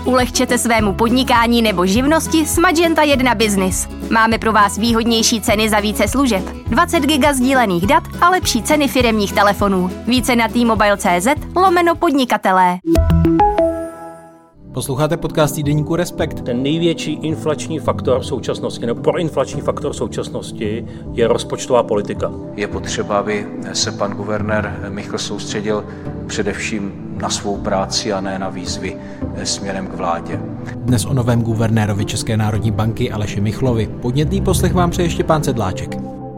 Ulehčete svému podnikání nebo živnosti s Magenta 1 Business. Máme pro vás výhodnější ceny za více služeb, 20 GB sdílených dat a lepší ceny firemních telefonů. Více na t-mobile.cz/podnikatelé. Posloucháte podcast týdeníku Respekt. Ten největší inflační faktor v současnosti, nebo proinflační faktor v současnosti je rozpočtová politika. Je potřeba, aby se pan guvernér Michl soustředil především na svou práci a ne na výzvy směrem k vládě. Dnes o novém guvernérovi České národní banky Aleši Michlovi. Podnětný poslech vám přeje Štěpán Sedláček.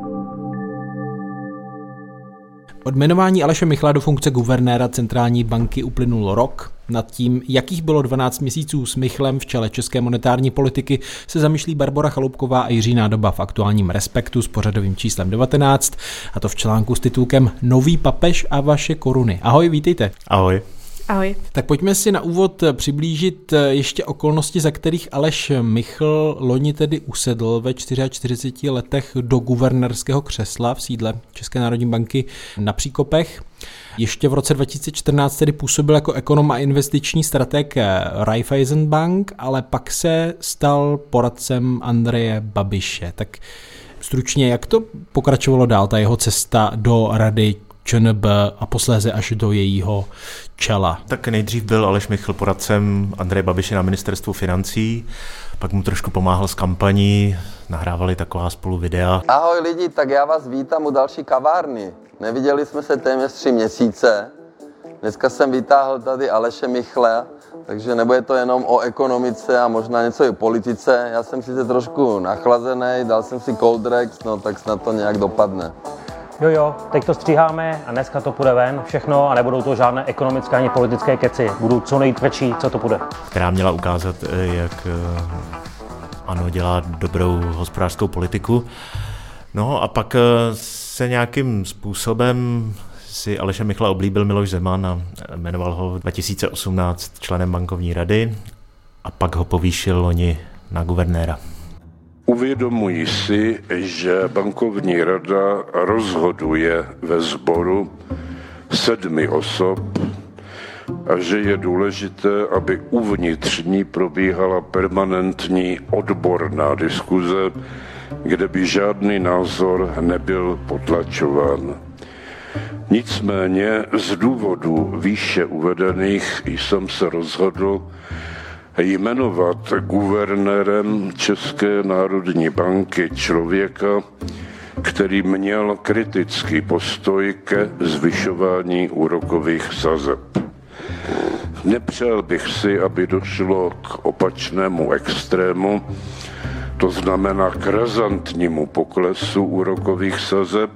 Od jmenování Aleše Michla do funkce guvernéra centrální banky uplynul rok. Nad tím, jakých bylo 12 měsíců s Michlem v čele české monetární politiky, se zamýšlí Barbora Chaloupková a Jiří Nádoba v aktuálním Respektu s pořadovým číslem 19, a to v článku s titulkem Nový papež a vaše koruny. Ahoj, vítejte. Ahoj. Ahoj. Tak pojďme si na úvod přiblížit ještě okolnosti, za kterých Aleš Michl loni tedy usedl ve 44 letech do guvernérského křesla v sídle České národní banky na Příkopech. Ještě v roce 2014 tedy působil jako ekonom a investiční strateg Raiffeisenbank, ale pak se stal poradcem Andreje Babiše. Tak stručně, jak to pokračovalo dál, ta jeho cesta do rady ČNB a posléze až do jejího čela? Tak nejdřív byl Aleš Michl poradcem Andreje Babiše na ministerstvu financí, pak mu trošku pomáhal s kampaní, nahrávali taková spolu videa. Ahoj lidi, tak já vás vítám u další kavárny. Neviděli jsme se téměř 3 měsíce. Dneska jsem vytáhl tady Aleše Michla, takže nebude to jenom o ekonomice a možná něco i o politice. Já jsem sice trošku nachlazený, dal jsem si cold drinks, no tak snad to nějak dopadne. Jo, teď to stříháme a dneska to půjde ven všechno a nebudou to žádné ekonomické ani politické keci. Budou co nejtvrdší, co to půjde. Která měla ukázat, jak ANO dělá dobrou hospodářskou politiku. No a pak se nějakým způsobem si Aleše Michla oblíbil Miloš Zeman a jmenoval ho 2018 členem bankovní rady a pak ho povýšil loni na guvernéra. Uvědomuji si, že bankovní rada rozhoduje ve sboru 7 osob a že je důležité, aby uvnitř ní probíhala permanentní odborná diskuze, kde by žádný názor nebyl potlačován. Nicméně z důvodů výše uvedených jsem se rozhodl jmenovat guvernérem České národní banky člověka, který měl kritický postoj ke zvyšování úrokových sazeb. Nepřál bych si, aby došlo k opačnému extrému, to znamená k razantnímu poklesu úrokových sazeb.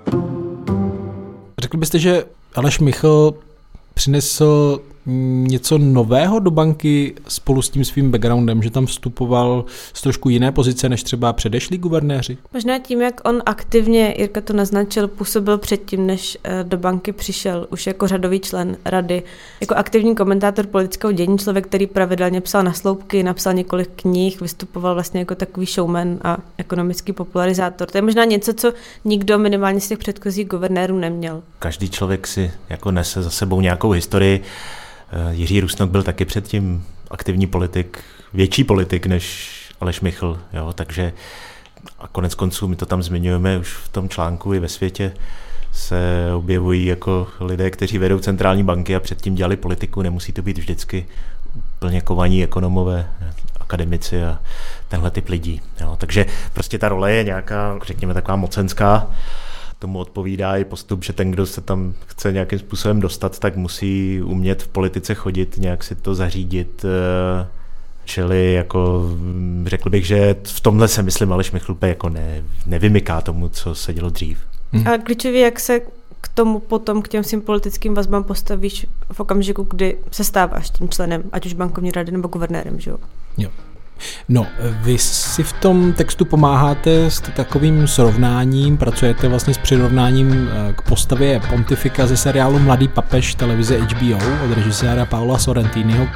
Řekl byste, že Aleš Michl přinesl něco nového do banky spolu s tím svým backgroundem, že tam vstupoval z trošku jiné pozice než třeba předešlí guvernéři? Možná tím, jak on aktivně, Jirka to naznačil, působil předtím, než do banky přišel, už jako řadový člen rady, jako aktivní komentátor politického dění, člověk, který pravidelně psal na sloupky, napsal několik knih, vystupoval vlastně jako takový showman a ekonomický popularizátor. To je možná něco, co nikdo minimálně z těch předchozích guvernérů neměl. Každý člověk si jako nese za sebou nějakou historii. Jiří Rusnok byl taky předtím aktivní politik, větší politik než Aleš Michl, jo, takže a konec konců my to tam zmiňujeme už v tom článku i ve světě se objevují jako lidé, kteří vedou centrální banky a předtím dělali politiku, nemusí to být vždycky plně kovaní ekonomové, akademici a tenhle typ lidí, jo, takže prostě ta role je nějaká, řekněme, taková mocenská. Tomu odpovídá i postup, že ten, kdo se tam chce nějakým způsobem dostat, tak musí umět v politice chodit, nějak si to zařídit. Čili jako řekl bych, že v tomhle se myslím Aleš Michl jako nevymyká tomu, co se dělo dřív. A klíčově, jak se k tomu potom, k těm svým politickým vazbám postavíš v okamžiku, kdy se stáváš tím členem, ať už bankovní rady nebo guvernérem, že jo? Jo. No, vy si v tom textu pomáháte s takovým srovnáním, pracujete vlastně s přirovnáním k postavě pontifika ze seriálu Mladý papež televize HBO od režiséra Paola Sorrentiniho.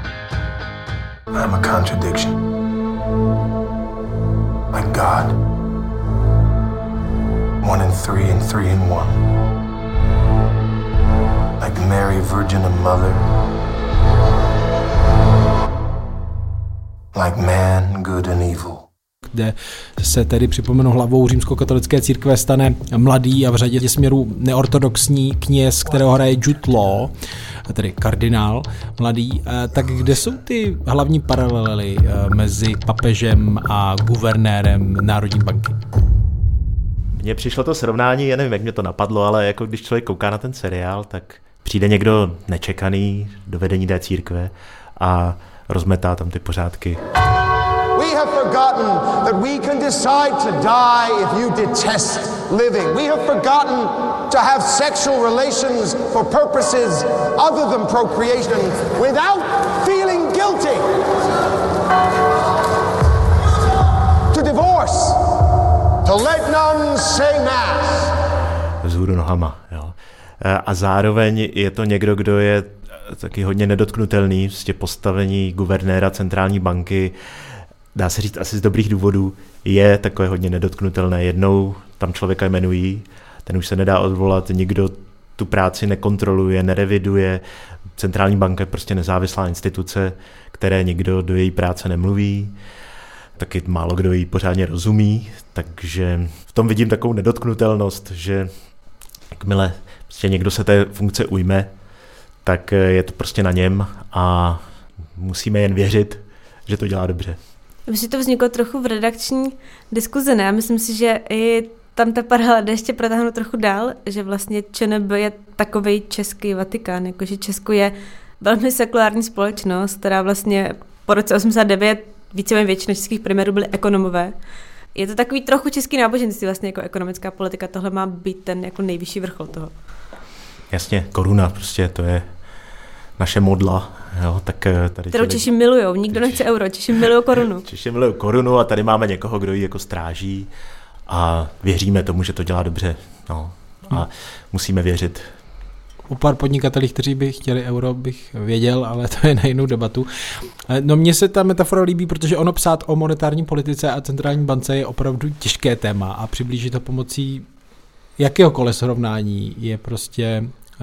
I'm a contradiction. Like God. 1 in 3 and 3 in 1. Like Mary, Virgin and Mother. like man, good and evil. Kde se tedy připomenu hlavou římskokatolické církve stane mladý a v řadě směrů neortodoxní kněz, kterého hraje Jude Law, tedy kardinál mladý. Tak kde jsou ty hlavní paralely mezi papežem a guvernérem Národní banky? Mně přišlo to srovnání, já nevím, jak mě to napadlo, ale jako když člověk kouká na ten seriál, tak přijde někdo nečekaný do vedení té církve a rozmetá tam ty pořádky. We have forgotten that we can decide to die if you detest living. We have forgotten to have sexual relations for purposes other than procreation without feeling guilty. To divorce, to let nuns say mass. Vzhůru nohama, jo. A zároveň je to někdo, kdo je taky hodně nedotknutelný, prostě postavení guvernéra centrální banky, dá se říct asi z dobrých důvodů, je takové hodně nedotknutelné. Jednou tam člověka jmenují, ten už se nedá odvolat, nikdo tu práci nekontroluje, nereviduje. Centrální banka je prostě nezávislá instituce, které nikdo do její práce nemluví, taky málo kdo jí pořádně rozumí, takže v tom vidím takovou nedotknutelnost, že jakmile prostě někdo se té funkce ujme, tak je to prostě na něm a musíme jen věřit, že to dělá dobře. Myslím, že to vzniklo trochu v redakční diskuzi, ne? Myslím si, že i tam ta paralela jde ještě protáhnout trochu dál, že vlastně ČNB je takovej český Vatikán, jakože Česko je velmi sekulární společnost, která vlastně po roce 89 víceméně většina českých premiérů byli ekonomové. Je to takový trochu český náboženství, vlastně jako ekonomická politika, tohle má být ten jako nejvyšší vrchol toho. Jasně, koruna, prostě to je naše modla. Jo, tak tady kterou Češi milujou, nikdo nechce euro, Češi milují korunu. Češi milují korunu a tady máme někoho, kdo ji jako stráží a věříme tomu, že to dělá dobře. No. A musíme věřit. O pár podnikatelích, kteří by chtěli euro, bych věděl, ale to je na jinou debatu. No mně se ta metafora líbí, protože ono psát o monetární politice a centrální bance je opravdu těžké téma a přiblížit to pomocí jakéhokoliv srovnání je prostě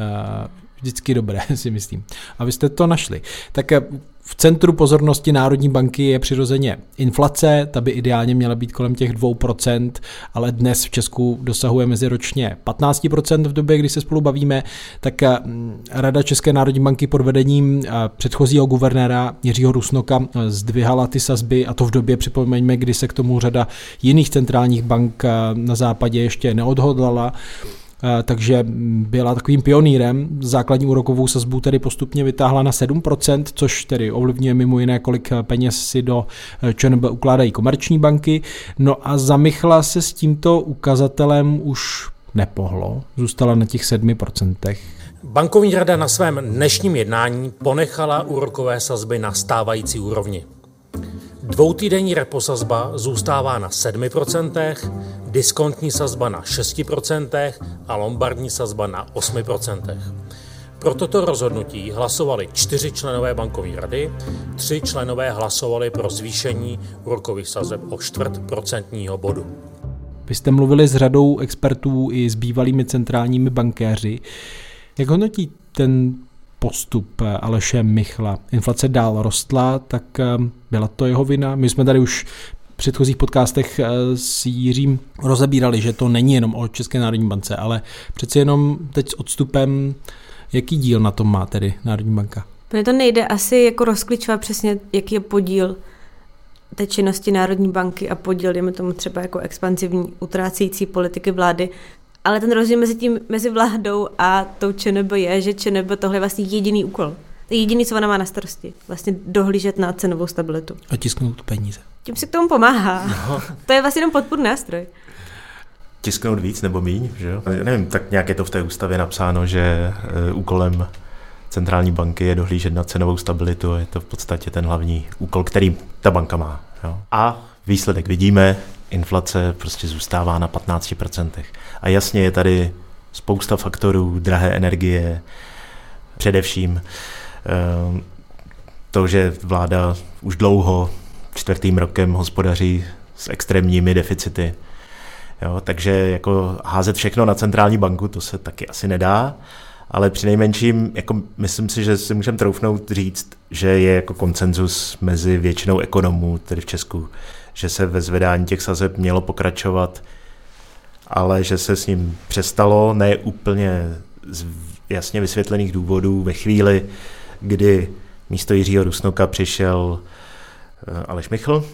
vždycky dobré, si myslím. A vy jste to našli. Tak v centru pozornosti Národní banky je přirozeně inflace, ta by ideálně měla být kolem těch 2%, ale dnes v Česku dosahuje meziročně 15% v době, kdy se spolu bavíme, tak Rada České národní banky pod vedením předchozího guvernéra Jiřího Rusnoka zdvihala ty sazby a to v době, připomeňme, kdy se k tomu řada jiných centrálních bank na západě ještě neodhodlala. Takže byla takovým pionýrem. Základní úrokovou sazbu tedy postupně vytáhla na 7%, což tedy ovlivňuje mimo jiné, kolik peněz si do ČNB ukládají komerční banky. No a za Michla se s tímto ukazatelem už nepohlo. Zůstala na těch 7%. Bankovní rada na svém dnešním jednání ponechala úrokové sazby na stávající úrovni. Dvoutýdenní reposazba zůstává na 7%, diskontní sazba na 6% a lombardní sazba na 8%. Pro toto rozhodnutí hlasovali 4 členové bankovní rady, 3 členové hlasovali pro zvýšení úrokových sazeb o 0,25% bodu. Vy jste mluvili s řadou expertů i s bývalými centrálními bankéři. Jak hodnotí ten postup Aleše Michla? Inflace dál rostla, tak byla to jeho vina? My jsme tady už v předchozích podcastech s Jiřím rozebírali, že to není jenom o České národní bance, ale přeci jenom teď s odstupem, jaký díl na tom má tedy Národní banka? Mně to nejde asi jako rozklíčovat přesně, jaký je podíl té činnosti Národní banky a podíl, dejme tomu třeba jako expanzivní utrácející politiky vlády. Ale ten rozdíl mezi vládou a tou ČNB je, že ČNB tohle je vlastně jediný úkol. To je jediný, co ona má na starosti. Vlastně dohlížet na cenovou stabilitu. A tisknout peníze. Tím si k tomu pomáhá. No. To je vlastně jenom podpůrný nástroj. Tisknout víc nebo míň, že jo? Nevím, tak nějak je to v té ústavě napsáno, že úkolem centrální banky je dohlížet na cenovou stabilitu. Je to v podstatě ten hlavní úkol, který ta banka má. Jo? A výsledek vidíme, inflace prostě zůstává na 15%. A jasně je tady spousta faktorů, drahé energie, především to, že vláda už dlouho 4. rokem hospodaří s extrémními deficity. Jo, takže jako házet všechno na centrální banku, to se taky asi nedá. ale přinejmenším jako myslím si, že si můžeme troufnout říct, že je jako konsenzus mezi většinou ekonomů, tedy v Česku, že se ve zvedání těch sazeb mělo pokračovat, ale že se s ním přestalo, ne úplně z jasně vysvětlených důvodů ve chvíli, kdy místo Jiřího Rusnoka přišel Aleš Michl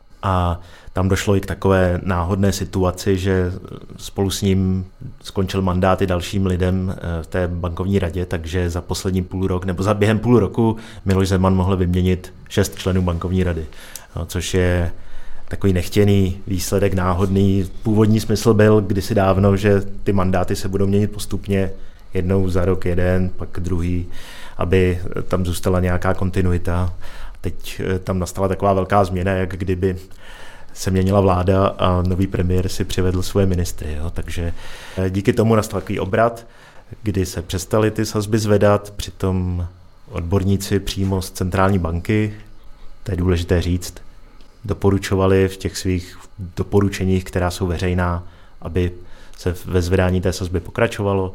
a tam došlo i k takové náhodné situaci, že spolu s ním skončil mandát i dalším lidem v té bankovní radě, takže za poslední půl rok, nebo během půl roku Miloš Zeman mohl vyměnit 6 členů bankovní rady, což je takový nechtěný výsledek, náhodný. Původní smysl byl kdysi dávno, že ty mandáty se budou měnit postupně, jednou za rok jeden, pak druhý, aby tam zůstala nějaká kontinuita. Teď tam nastala taková velká změna, jak kdyby se měnila vláda a nový premiér si přivedl svoje ministry. Jo. Takže díky tomu nastal takový obrat, kdy se přestaly ty sazby zvedat, přitom odborníci přímo z centrální banky, to je důležité říct, doporučovali v těch svých doporučeních, která jsou veřejná, aby se ve zvedání té sazby pokračovalo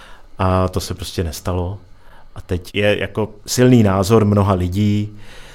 a to se prostě nestalo. A teď je jako silný názor mnoha lidí,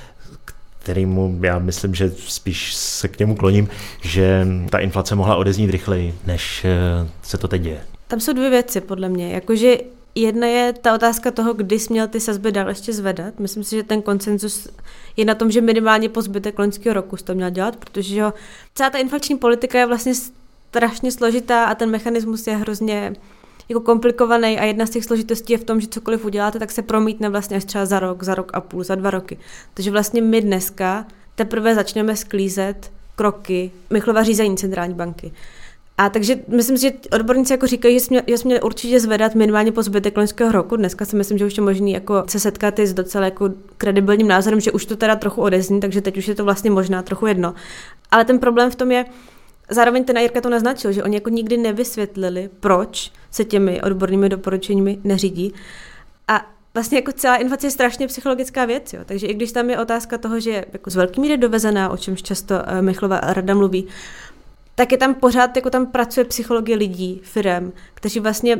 kterému já myslím, že spíš se k němu kloním, že ta inflace mohla odeznít rychleji, než se to teď děje. Tam jsou dvě věci podle mě, jakože jedna je ta otázka toho, kdy jsi měl ty sazby dál ještě zvedat. Myslím si, že ten konsenzus je na tom, že minimálně po zbytek loňského roku jsi to měl dělat, protože jo, celá ta inflační politika je vlastně strašně složitá a ten mechanismus je hrozně jako komplikovaný a jedna z těch složitostí je v tom, že cokoliv uděláte, tak se promítne vlastně až třeba za rok a půl, za 2 roky. Takže vlastně my dneska teprve začneme sklízet kroky Michlova řízení centrální banky. A takže myslím si, že odborníci jako říkají, že jsme měli určitě zvedat minimálně po zbytek loňského roku. Dneska si myslím, že už je možný jako se setkat s docela jako kredibilním názorem, že už to teda trochu odezní, takže teď už je to vlastně možná trochu jedno. Ale ten problém v tom je, zároveň ten Jirka to naznačil, že oni jako nikdy nevysvětlili, proč se těmi odbornými doporučeními neřídí. A vlastně jako celá inflace je strašně psychologická věc, jo. Takže i když tam je otázka toho, že je jako z velký míry dovezená, o čemž často Michlova rada mluví, tak je tam pořád, jako tam pracuje psychologie lidí, firem, kteří vlastně,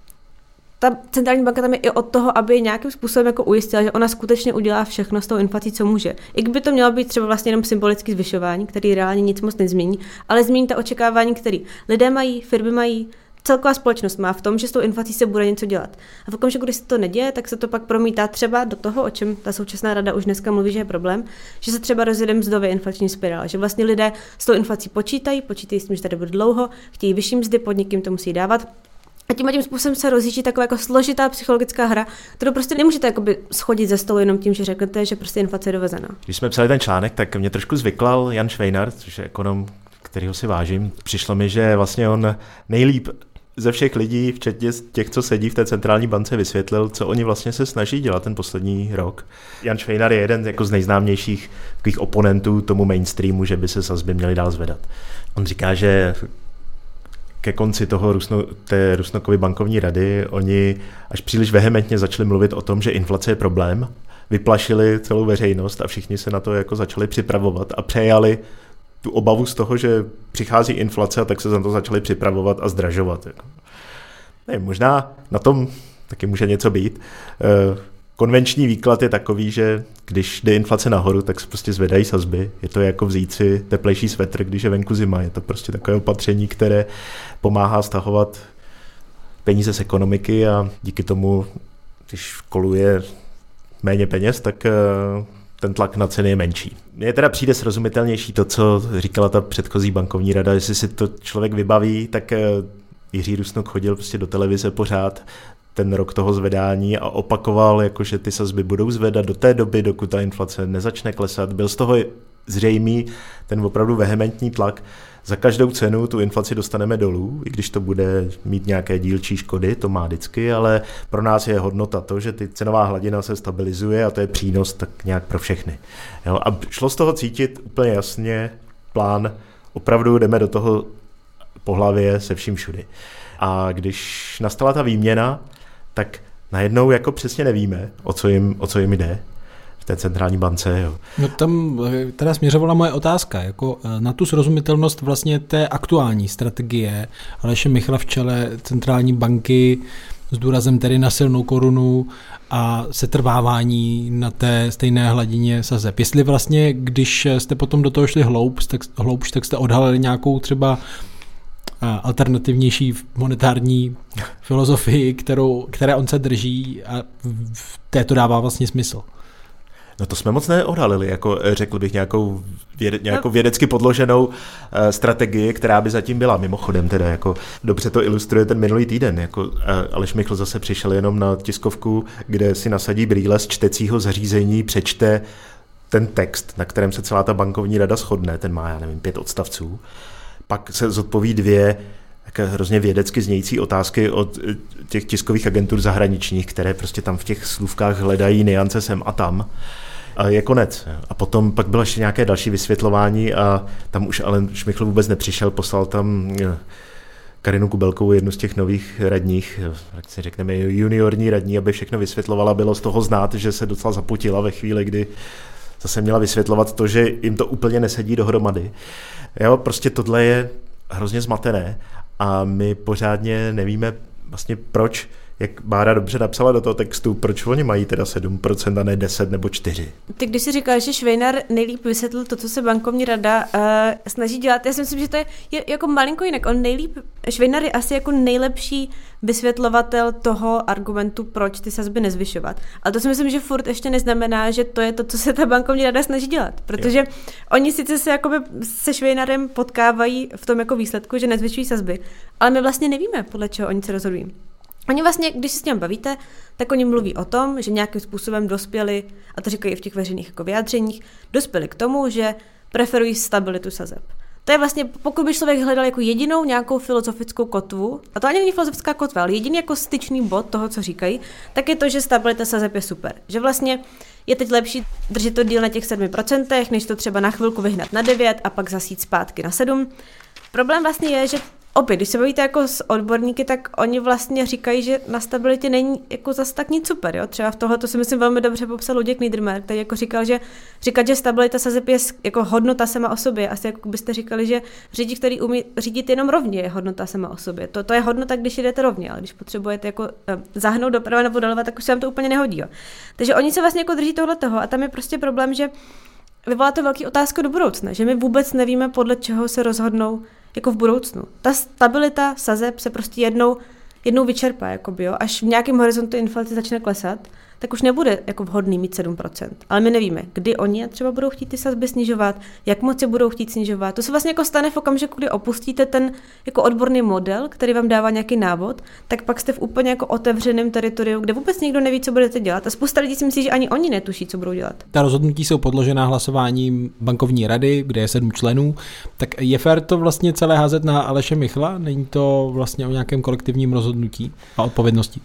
ta centrální banka tam je i od toho, aby nějakým způsobem jako ujistila, že ona skutečně udělá všechno s tou inflací, co může. I kdyby to mělo být třeba vlastně jenom symbolické zvyšování, který reálně nic moc nezmění, ale změní ta očekávání, které lidé mají, firmy mají, celková společnost má v tom, že s tou inflací se bude něco dělat. A v okamžiku, když se to neděje, tak se to pak promítá třeba do toho, o čem ta současná rada už dneska mluví, že je problém, že se třeba rozjede mzdově inflační spirála, že vlastně lidé s tou inflací počítají s tím, že tady bude dlouho, chtějí vyšší mzdy, podnikům to musí dávat. A tím způsobem se rozjíždí taková jako složitá psychologická hra, kterou prostě nemůžete jakoby schodit ze stolu jenom tím, že řeknete, že prostě inflace je dovezená. Když jsme psali ten článek, tak mě trošku zvyklal Jan Švejnar, což je ekonom, kterýho si vážím. Přišlo mi, že vlastně on nejlíp ze všech lidí, včetně těch, co sedí v té centrální bance, vysvětlil, co oni vlastně se snaží dělat ten poslední rok. Jan Švejnar je jeden jako z nejznámějších takových oponentů tomu mainstreamu, že by se sazby měly dál zvedat. On říká, že ke konci té Rusnokovy bankovní rady oni až příliš vehementně začali mluvit o tom, že inflace je problém, vyplašili celou veřejnost a všichni se na to jako začali připravovat a přejali tu obavu z toho, že přichází inflace a tak se za to začali připravovat a zdražovat. Ne, možná na tom taky může něco být. Konvenční výklad je takový, že když jde inflace nahoru, tak se prostě zvedají sazby. Je to jako vzít si teplejší svetr, když je venku zima. Je to prostě takové opatření, které pomáhá stahovat peníze z ekonomiky a díky tomu, když koluje méně peněz, tak ten tlak na ceny je menší. Mně teda přijde srozumitelnější to, co říkala ta předchozí bankovní rada. Jestli si to člověk vybaví, tak Jiří Rusnok chodil prostě do televize pořád ten rok toho zvedání a opakoval, že ty sazby budou zvedat do té doby, dokud ta inflace nezačne klesat. Byl z toho zřejmý ten opravdu vehementní tlak. Za každou cenu tu inflaci dostaneme dolů, i když to bude mít nějaké dílčí škody, to má vždycky, ale pro nás je hodnota to, že ty cenová hladina se stabilizuje a to je přínos tak nějak pro všechny. Jo, a šlo z toho cítit úplně jasně plán, opravdu jdeme do toho po hlavě se vším všudy. A když nastala ta výměna, tak najednou jako přesně nevíme, o co jim jde v té centrální bance. Jo. No tam teda směřovala moje otázka, jako na tu srozumitelnost vlastně té aktuální strategie Aleše Michla v čele centrální banky, s důrazem tedy na silnou korunu a setrvávání na té stejné hladině sazeb. Jestli vlastně, když jste potom do toho šli hloubš, tak jste odhalili nějakou třeba alternativnější monetární filozofii, které on se drží a v této dává vlastně smysl. No to jsme moc neodhalili, jako řekl bych nějakou vědecky podloženou strategii, která by zatím byla. Mimochodem teda, jako dobře to ilustruje ten minulý týden, jako Aleš Michl zase přišel jenom na tiskovku, kde si nasadí brýle z čtecího zařízení, přečte ten text, na kterém se celá ta bankovní rada shodne, ten má, 5 odstavců, pak se zodpoví 2 hrozně vědecky znějící otázky od těch tiskových agentur zahraničních, které prostě tam v těch slůvkách hledají nuance sem a tam. A je konec. A potom pak bylo ještě nějaké další vysvětlování a tam už ale Šmichl vůbec nepřišel, poslal tam Karinu Kubelkovou, jednu z těch nových radních, jak si řekneme juniorní radní, aby všechno vysvětlovala. Bylo z toho znát, že se docela zapotila ve chvíli, kdy zase měla vysvětlovat to, že jim to úplně nesedí dohromady. Jo, prostě tohle je hrozně zmatené a my pořádně nevíme vlastně proč, jak Bára dobře napsala do toho textu, proč oni mají teda 7% a ne 10 nebo 4. Ty když si říkáš, že Švejnar nejlíp vysvětlil to, co se bankovní rada snaží dělat, já si myslím, že to je jako malinko jinak. Švejnar je asi jako nejlepší vysvětlovatel toho argumentu, proč ty sazby nezvyšovat. Ale to si myslím, že furt ještě neznamená, že to je to, co se ta bankovní rada snaží dělat. Protože oni sice se Švejnarem potkávají v tom jako výsledku, že nezvyšují sazby, ale my vlastně nevíme, podle čeho oni se rozhodují. Oni vlastně, když se s ním bavíte, tak oni mluví o tom, že nějakým způsobem dospěli, a to říkají i v těch veřejných jako vyjádřeních, dospěli k tomu, že preferují stabilitu sazeb. To je vlastně, pokud by člověk hledal jako jedinou nějakou filozofickou kotvu, a to ani není filozofická kotva, ale jediný jako styčný bod toho, co říkají, tak je to, že stabilita sazeb je super. Že vlastně je teď lepší držet to díl na těch 7%, než to třeba na chvilku vyhnat na 9 a pak zasít zpátky na 7. Problém vlastně je, že opět, když se bavíte jako s odborníky, tak oni vlastně říkají, že na stabilitě není jako zase tak nic super. Jo? Třeba v tohle to si myslím velmi dobře popsal Luděk Niedermayer, který jako říkal, že říkat, že stabilita sazeb je jako hodnota sama o sobě. Asi jako byste říkali, že řidič, který umí řídit jenom rovně, je hodnota sama o sobě. To je hodnota, když jdete rovně, ale když potřebujete jako zahnout doprava nebo doleva, tak už se vám to úplně nehodí. Jo? Takže oni se vlastně jako drží tohle toho a tam je prostě problém, že vyvolá to velký otázku do budoucna, že my vůbec nevíme, podle čeho se rozhodnou jako v budoucnu. Ta stabilita sazeb se prostě jednou vyčerpá, jakoby, jo. Až v nějakém horizontu inflace začne klesat, tak už nebude jako vhodný mít 7%. Ale my nevíme, kdy oni třeba budou chtít ty sazby snižovat, jak moc je budou chtít snižovat. To se vlastně jako stane v okamžiku, kdy opustíte ten jako odborný model, který vám dává nějaký návod, tak pak jste v úplně jako otevřeném teritoriu, kde vůbec nikdo neví, co budete dělat. A spousta lidí si myslí, že ani oni netuší, co budou dělat. Ta rozhodnutí jsou podložená hlasováním bankovní rady, kde je 7 členů. Tak je fér to vlastně celé házet na Aleše Michla? Není to vlastně o nějakém kolektivním rozhodnutí a odpovědnosti?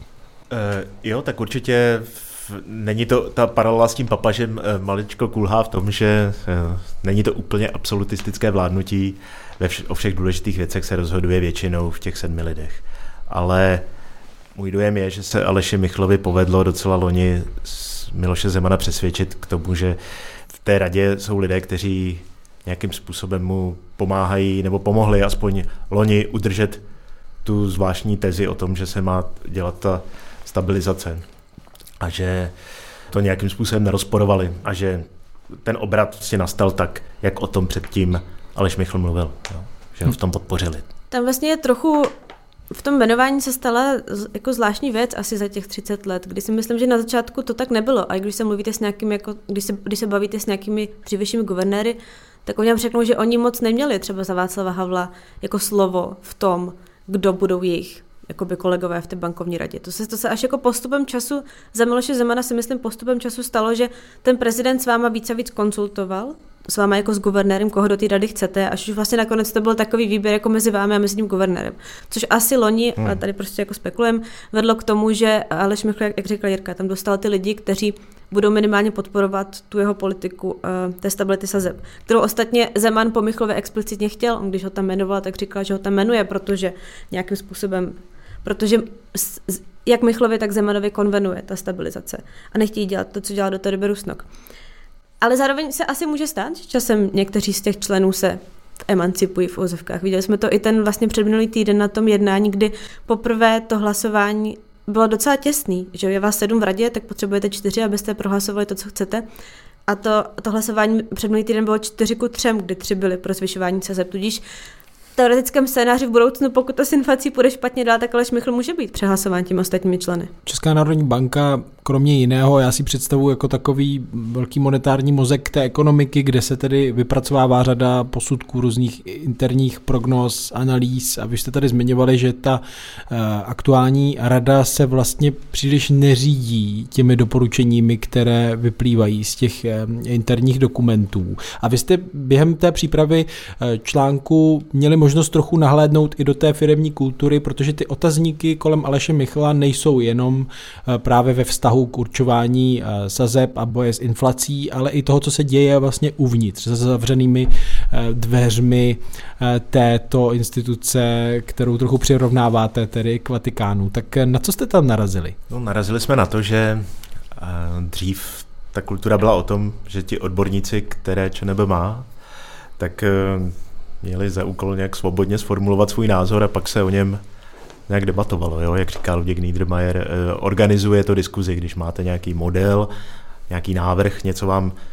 Jo, tak určitě není to ta paralela s tím papažem maličko kulhá v tom, že není to úplně absolutistické vládnutí. O všech důležitých věcech se rozhoduje většinou v těch 7 lidech. Ale můj dojem je, že se Aleši Michlovi povedlo docela loni Miloše Zemana přesvědčit k tomu, že v té radě jsou lidé, kteří nějakým způsobem mu pomáhají nebo pomohli aspoň loni udržet tu zvláštní tezi o tom, že se má dělat ta stabilizace a že to nějakým způsobem nerozporovali a že ten obrat si nastal tak, jak o tom předtím Aleš Michl mluvil, jo? Že ho v tom podpořili. Tam vlastně je trochu v tom jmenování se stala jako zvláštní věc asi za těch 30 let, kdy si myslím, že na začátku to tak nebylo. A když se mluvíte s nějakými, jako, když se bavíte s nějakými dřívějšími guvernéry, tak oni vám řeknou, že oni moc neměli třeba za Václava Havla jako slovo v tom, kdo budou jejich jakoby kolegové v té bankovní radě. To se až jako postupem času, za Miloše Zemana si myslím postupem času stalo, že ten prezident s váma víc a víc konzultoval, s váma jako s guvernérem, koho do té rady chcete, až už vlastně nakonec to byl takový výběr jako mezi vámi a mezi tím guvernérem. Což asi loni, a tady prostě jako spekulujem, vedlo k tomu, že Aleš Michl, jak řekla Jirka, tam dostal ty lidi, kteří budou minimálně podporovat tu jeho politiku té stability sazeb, kterou ostatně Zeman po Michlově explicitně chtěl. On když ho tam jmenoval, tak říkal, že ho tam jmenuje, protože nějakým způsobem, protože jak Michlovi, tak Zemanovi konvenuje ta stabilizace a nechtějí dělat to, co dělá do té doby Rusnok. Ale zároveň se asi může stát, že časem někteří z těch členů se emancipují v ozovkách. Viděli jsme to i ten vlastně předminulý týden na tom jednání, kdy poprvé to hlasování bylo docela těsný, že je vás 7 v radě, tak potřebujete 4, abyste prohlasovali to, co chcete. A to hlasování před minulý týden bylo 4:3, kdy 3 byly pro zvyšování sazeb. Tudíž v teoretickém scénáři v budoucnu, pokud to s inflací půjde špatně dál, tak Aleš Michl může být přehlasován těmi ostatními členy. Česká národní banka, kromě jiného, já si představuji jako takový velký monetární mozek té ekonomiky, kde se tedy vypracovává řada posudků různých interních prognóz, analýz, a vy jste tady zmiňovali, že ta aktuální rada se vlastně příliš neřídí těmi doporučeními, které vyplývají z těch interních dokumentů. A vy jste během té přípravy článku měli možnost trochu nahlédnout i do té firemní kultury, protože ty otazníky kolem Aleše Michla nejsou jenom právě ve vztahu k určování sazeb a boje s inflací, ale i toho, co se děje vlastně uvnitř, za zavřenými dveřmi této instituce, kterou trochu přirovnáváte tedy k Vatikánu. Tak na co jste tam narazili? No, narazili jsme na to, že dřív ta kultura byla o tom, že ti odborníci, které ČNB má, tak měli za úkol nějak svobodně sformulovat svůj názor a pak se o něm nějak debatovalo, jo? Jak říká Luděk Niedermayer, organizuje to diskuzi, když máte nějaký model, nějaký návrh, něco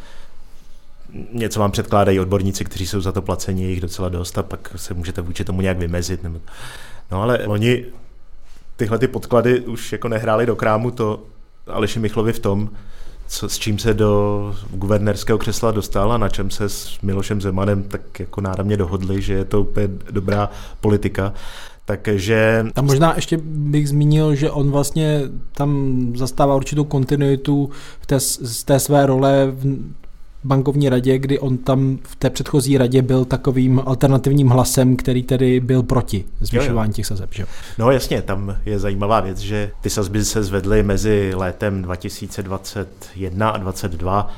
vám předkládají odborníci, kteří jsou za to placeni, je jich docela dost a pak se můžete vůči tomu nějak vymezit. No ale oni tyhle ty podklady už jako nehráli do krámu to Aleši Michlovi v tom, s čím se do guvernérského křesla dostal a na čem se s Milošem Zemanem tak jako náramně dohodli, že je to úplně dobrá politika. Takže... Tam možná ještě bych zmínil, že on vlastně tam zastává určitou kontinuitu z té své role v bankovní radě, kdy on tam v té předchozí radě byl takovým alternativním hlasem, který tedy byl proti zvyšování těch sazeb. Že? No jasně, tam je zajímavá věc, že ty sazby se zvedly mezi létem 2021 a 2022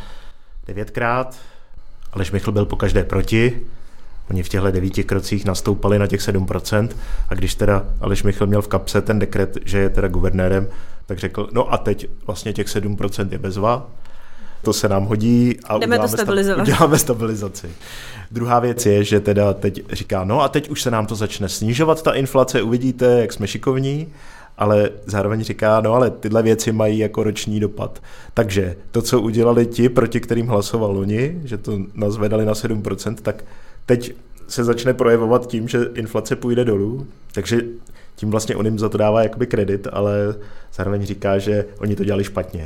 9krát. Aleš Michl byl pokaždé proti. Oni v těchto 9 krocích nastoupali na těch 7% a když teda Aleš Michl měl v kapse ten dekret, že je teda guvernérem, tak řekl, no a teď vlastně těch 7% je bezva. To se nám hodí a uděláme stabilizaci. Druhá věc je, že teda teď říká, no a teď už se nám to začne snižovat, ta inflace, uvidíte, jak jsme šikovní, ale zároveň říká, no ale tyhle věci mají jako roční dopad. Takže to, co udělali ti, proti kterým hlasoval loni, že to nazvedali na 7%, tak teď se začne projevovat tím, že inflace půjde dolů, takže tím vlastně on jim za to dává jakoby kredit, ale zároveň říká, že oni to dělali špatně.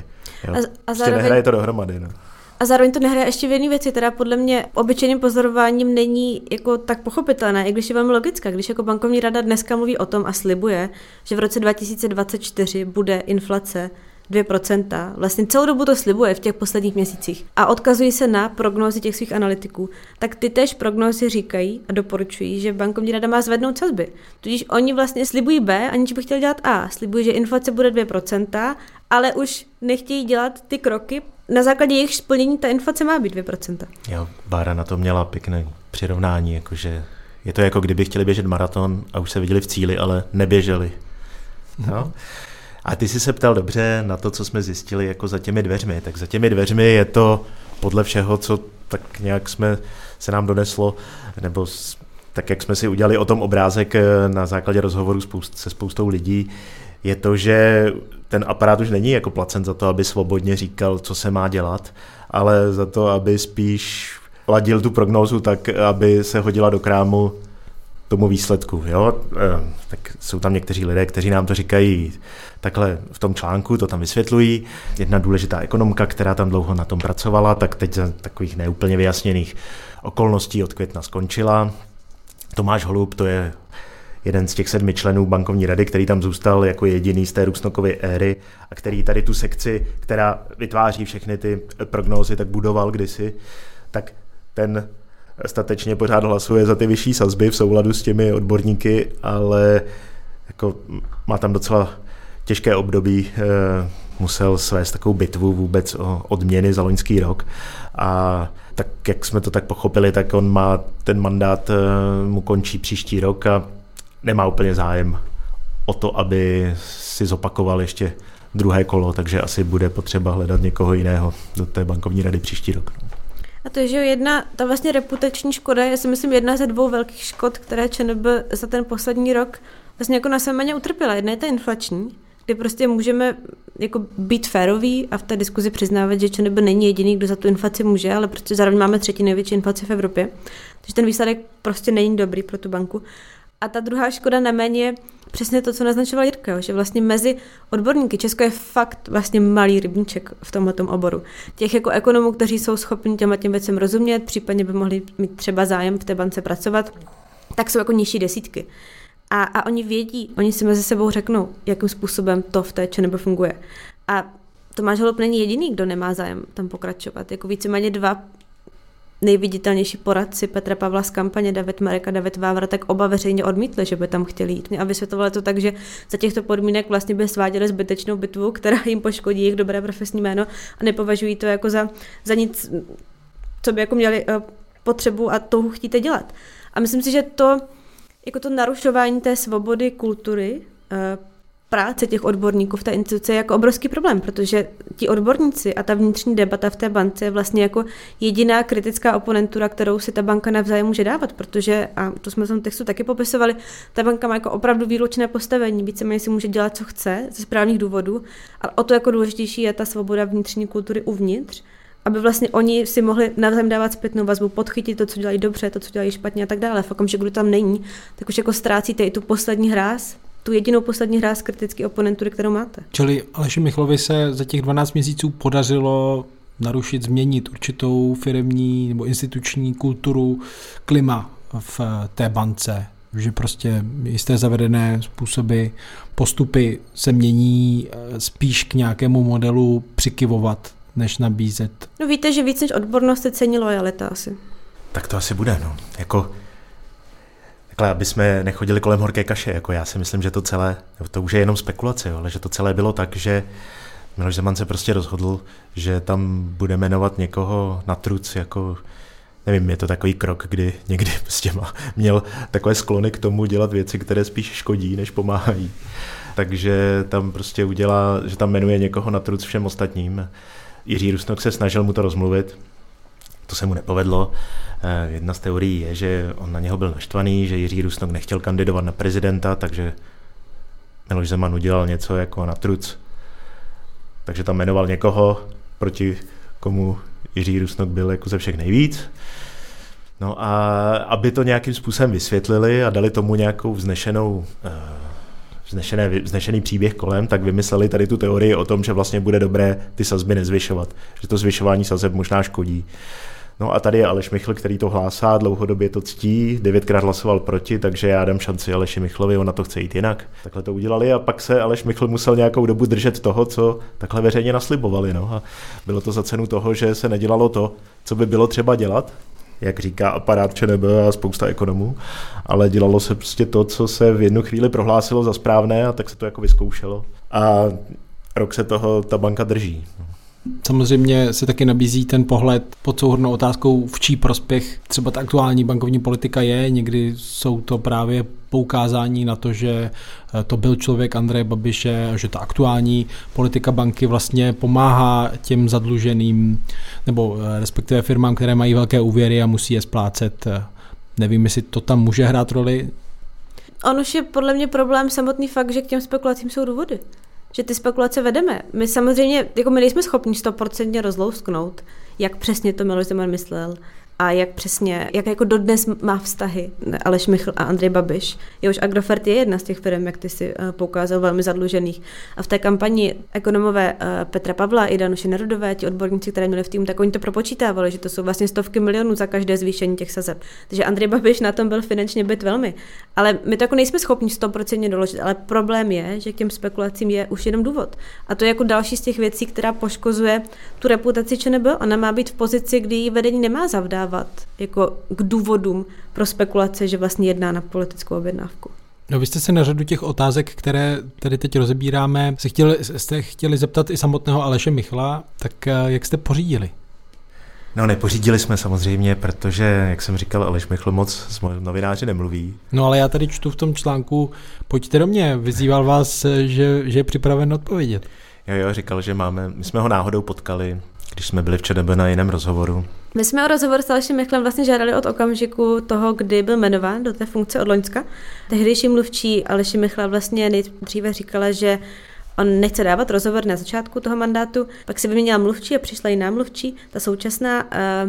A zároveň nehraje to dohromady. No. A zároveň to nehraje ještě v jedné věci, teda podle mě obyčejným pozorováním není jako tak pochopitelné, i když je velmi logická. Když jako bankovní rada dneska mluví o tom a slibuje, že v roce 2024 bude inflace 2%, vlastně celou dobu to slibuje v těch posledních měsících a odkazují se na prognózy těch svých analytiků, tak ty též prognózy říkají a doporučují, že bankovní rada má zvednout sazby. Tudíž oni vlastně slibují B, aniž by chtěli dělat A. Slibují, že inflace bude 2%, ale už nechtějí dělat ty kroky, na základě jejich splnění ta inflace má být 2%. Jo, Bára na to měla pěkné přirovnání, jakože je to jako kdyby chtěli běžet maraton a už se viděli v cíli, ale neběželi. No. A ty jsi se ptal dobře na to, co jsme zjistili jako za těmi dveřmi. Tak za těmi dveřmi je to podle všeho, co tak nějak se nám doneslo, nebo tak jak jsme si udělali o tom obrázek na základě rozhovoru se spoustou lidí, je to, že ten aparát už není jako placen za to, aby svobodně říkal, co se má dělat, ale za to, aby spíš ladil tu prognózu tak, aby se hodila do krámu tomu výsledku. Jo? Tak jsou tam někteří lidé, kteří nám to říkají takhle v tom článku, to tam vysvětlují. Jedna důležitá ekonomka, která tam dlouho na tom pracovala, tak teď za takových neúplně vyjasněných okolností od května skončila. Tomáš Holub, to je jeden z těch 7 členů bankovní rady, který tam zůstal jako jediný z té Rusnokovy éry a který tady tu sekci, která vytváří všechny ty prognózy, tak budoval kdysi, tak ten statečně pořád hlasuje za ty vyšší sazby v souladu s těmi odborníky, ale jako má tam docela těžké období, musel svést takovou bitvu vůbec o odměny za loňský rok a tak, jak jsme to tak pochopili, tak on má ten mandát, mu končí příští rok a nemá úplně zájem o to, aby si zopakoval ještě druhé kolo, takže asi bude potřeba hledat někoho jiného do té bankovní rady příští rok. A to je, že ta vlastně reputační škoda je, si myslím, jedna ze 2 velkých škod, které ČNB za ten poslední rok vlastně jako na sebe méně utrpěla. Jedna je ta inflační kdy prostě můžeme jako být féroví a v té diskuzi přiznávat, že ČNB není jediný, kdo za tu inflaci může, ale protože zároveň máme 3. největší inflaci v Evropě. Takže ten výsledek prostě není dobrý pro tu banku. A ta druhá škoda neméně je přesně to, co naznačoval Jirka, že vlastně mezi odborníky Česko je fakt vlastně malý rybníček v tomhletom oboru. Těch jako ekonomů, kteří jsou schopni těm věcem rozumět, případně by mohli mít třeba zájem v té bance pracovat, tak jsou jako nižší desítky. A oni vědí, oni si mezi sebou řeknou, jakým způsobem to v té ČNB funguje. A Tomáš Holub není jediný, kdo nemá zájem tam pokračovat. Jako víceméně 2 nejviditelnější poradci Petra Pavla z kampaně, David Marek a David Vávra, tak oba veřejně odmítli, že by tam chtěli jít. A vysvětlovali to tak, že za těchto podmínek vlastně by sváděli zbytečnou bitvu, která jim poškodí jejich dobré profesní jméno a nepovažují to jako za nic, co by jako měli potřebu a touhu chtíte dělat. A myslím si, že to narušování té svobody kultury, práce těch odborníků v té instituci je jako obrovský problém, protože ti odborníci a ta vnitřní debata v té bance je vlastně jako jediná kritická oponentura, kterou si ta banka navzájem může dávat, protože, a to jsme v tom textu taky popisovali, ta banka má jako opravdu výlučné postavení, víceméně si může dělat, co chce, ze správných důvodů, ale o to jako důležitější je ta svoboda vnitřní kultury uvnitř, aby vlastně oni si mohli navzájem dávat zpětnou vazbu, podchytit to, co dělají dobře, to, co dělají špatně a tak dále. V okamžiku, kdo tam není, tak už jako ztrácíte i tu poslední hráz, tu jedinou poslední hráz kritické oponentury, kterou máte. Čili Aleši Michlovi se za těch 12 měsíců podařilo narušit, změnit určitou firemní nebo instituční kulturu, klima v té bance, že prostě jisté zavedené způsoby, postupy se mění spíš k nějakému modelu přikyvovat, než nabízet. No víte, že víc než odbornost se cení lojalita asi. Tak to asi bude, no. Takhle, aby jsme nechodili kolem horké kaše, jako já si myslím, že to celé, to už je jenom spekulace, ale že to celé bylo tak, že Miloš Zeman se prostě rozhodl, že tam bude jmenovat někoho na truc, jako, nevím, je to takový krok, kdy někdy prostě měl takové sklony k tomu dělat věci, které spíš škodí, než pomáhají. Takže tam prostě udělá, že tam jmenuje někoho na truc všem ostatním. Jiří Rusnok se snažil mu to rozmluvit, to se mu nepovedlo. Jedna z teorií je, že on na něho byl naštvaný, že Jiří Rusnok nechtěl kandidovat na prezidenta, takže Miloš Zeman udělal něco jako na truc. Takže tam jmenoval někoho, proti komu Jiří Rusnok byl jako ze všech nejvíc. No a aby to nějakým způsobem vysvětlili a dali tomu nějakou vznešený příběh kolem, tak vymysleli tady tu teorii o tom, že vlastně bude dobré ty sazby nezvyšovat, že to zvyšování sazeb možná škodí. No a tady je Aleš Michl, který to hlásá, dlouhodobě to ctí, 9krát hlasoval proti, takže já dám šanci Aleši Michlovi, on na to chce jít jinak. Takhle to udělali a pak se Aleš Michl musel nějakou dobu držet toho, co takhle veřejně naslibovali. No. A bylo to za cenu toho, že se nedělalo to, co by bylo třeba dělat, jak říká aparát ČNB a spousta ekonomů, ale dělalo se prostě to, co se v jednu chvíli prohlásilo za správné a tak se to jako vyzkoušelo. A rok se toho ta banka drží. Samozřejmě se taky nabízí ten pohled pod souhrnnou otázkou, v čí prospěch třeba ta aktuální bankovní politika je. Někdy jsou to právě poukázání na to, že to byl člověk Andreje Babiše a že ta aktuální politika banky vlastně pomáhá těm zadluženým nebo respektive firmám, které mají velké úvěry a musí je splácet. Nevím, jestli to tam může hrát roli. On už je podle mě problém samotný fakt, že k těm spekulacím jsou důvody. Že ty spekulace vedeme. My samozřejmě, jako my nejsme schopni 100% rozlousknout, jak přesně to Miloš Zeman myslel a jak jako dodnes má vztahy Aleš Michl a Andrej Babiš. Jehož Agrofert je jedna z těch firm, jak ty si poukázal, velmi zadlužených. A v té kampani ekonomové Petra Pavla i Danuše Nerudové, ti odborníci, které měli v týmu, tak oni to propočítávali, že to jsou vlastně stovky milionů za každé zvýšení těch sazeb. Takže Andrej Babiš na tom byl finančně byt velmi. Ale my to jako nejsme schopni 100% doložit, ale problém je, že k těm spekulacím je už jenom důvod. A to je jako další z těch věcí, která poškozuje tu reputaci ČNB. Ona má být v pozici, kdy jí vedení nemá zavdávat jako k důvodům pro spekulace, že vlastně jedná na politickou objednávku. No, vy jste se na řadu těch otázek, které tady teď rozebíráme, jste chtěli zeptat i samotného Aleše Michla, tak jak jste pořídili? No, nepořídili jsme samozřejmě, protože, jak jsem říkal, Aleš Michl moc s novináři nemluví. No, ale já tady čtu v tom článku, pojďte do mě, vyzýval vás, že je připraven odpovědět. Jo, říkal, že my jsme ho náhodou potkali, když jsme byli v ČNB na jiném rozhovoru. My jsme o rozhovor s Alešem Michlem vlastně žádali od okamžiku toho, kdy byl jmenován do té funkce od loňska. Tehdejší mluvčí Aleši Michla vlastně nejdříve říkala, že On nechce dávat rozhovor na začátku toho mandátu, pak se vyměnila mluvčí a přišla jiná mluvčí, ta současná.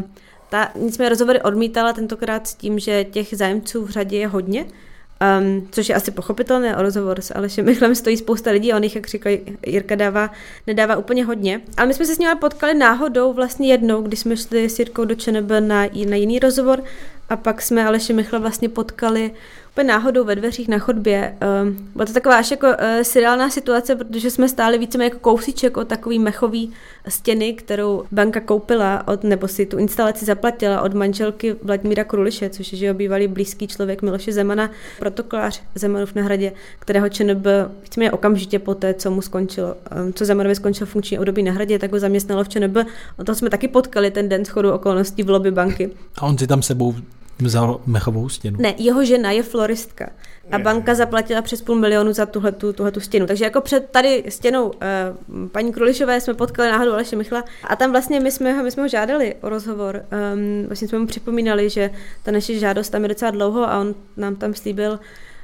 Nicméně rozhovory odmítala tentokrát s tím, že těch zájemců v řadě je hodně, což je asi pochopitelné, o rozhovor s Alešem Michlem stojí spousta lidí, on jich, jak říká Jirka, nedává úplně hodně. Ale my jsme se s ním potkali náhodou vlastně jednou, když jsme šli s Jirkou do ČNB na jiný rozhovor a pak jsme Aleše Michla vlastně potkali úplně náhodou ve dveřích na chodbě. Byla to taková až jako seriálná situace, protože jsme stáli víceméně jako kousíček od takový mechový stěny, kterou banka koupila, nebo si tu instalaci zaplatila od manželky Vladimíra Kruliše, což je bývalý blízký člověk Miloše Zemana, protokolář Zemanův na Hradě, kterého ČNB víceméně okamžitě poté, co mu skončilo, co Zemanovi skončilo funkční období na Hradě, tak ho zaměstnalo v ČNB. O toho jsme taky potkali ten den shodou okolností v lobby banky. A on si tam sebou vzal mechovou stěnu? Ne, jeho žena je floristka a banka zaplatila přes 500 000 za tuhletu stěnu. Takže jako před tady stěnou paní Krulišové jsme potkali náhodou Aleše Michla a tam vlastně my jsme ho žádali o rozhovor. Vlastně jsme mu připomínali, že ta naše žádost tam je docela dlouho a on nám tam slíbil,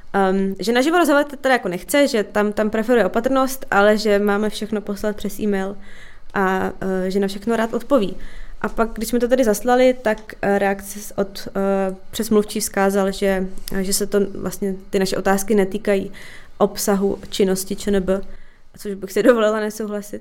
že naživo rozhovor teda jako nechce, že tam preferuje opatrnost, ale že máme všechno poslat přes e-mail a že na všechno rád odpoví. A pak, když jsme to tady zaslali, tak reakce přes mluvčí vzkázal, že se to vlastně ty naše otázky netýkají obsahu činnosti ČNB, což bych si dovolila nesouhlasit,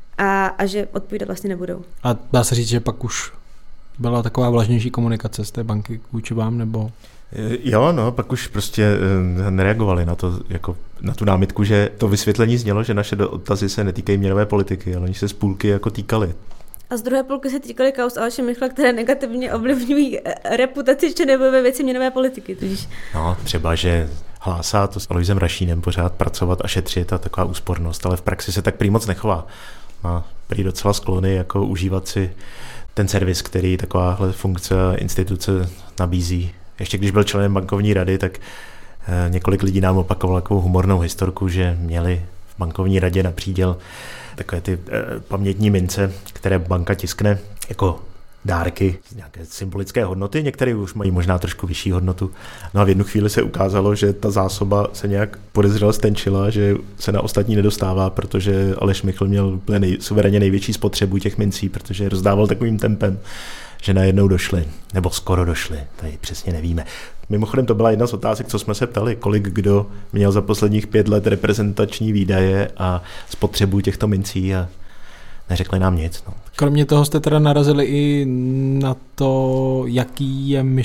a že odpovídat vlastně nebudou. A dá se říct, že pak už byla taková vlažnější komunikace z té banky vůči vám, nebo? Jo, no, pak už prostě nereagovali na to, jako na tu námitku, že to vysvětlení znělo, že naše dotazy se netýkají měnové politiky, ale oni se z půlky jako týkaly. A z druhé půlky se týkaly kauz Aleše Michla, které negativně ovlivňují reputaci ČNB ve věci měnové politiky. Tudíž. No, třeba, že hlásá to s Aloisem Rašínem pořád pracovat a šetřit a taková úspornost, ale v praxi se tak prý moc nechová. Má prý docela sklony jako užívat si ten servis, který takováhle funkce a instituce nabízí. Ještě když byl členem bankovní rady, tak několik lidí nám opakovalo takovou humornou historku, že měli v bankovní radě na příděl takové ty pamětní mince, které banka tiskne jako dárky, nějaké symbolické hodnoty, některé už mají možná trošku vyšší hodnotu. No a v jednu chvíli se ukázalo, že ta zásoba se nějak podezřele stenčila, že se na ostatní nedostává, protože Aleš Michl měl úplně suverénně největší spotřebu těch mincí, protože rozdával takovým tempem, že najednou došli, nebo skoro došli, tady přesně nevíme. Mimochodem to byla jedna z otázek, co jsme se ptali, kolik kdo měl za posledních 5 let reprezentační výdaje a spotřebu těchto mincí a neřekli nám nic. No. Kromě toho jste teda narazili i na to, jaký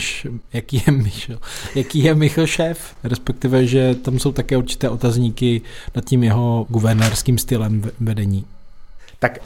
je Michl šéf, respektive, že tam jsou také určité otazníky nad tím jeho guvernérským stylem vedení. Tak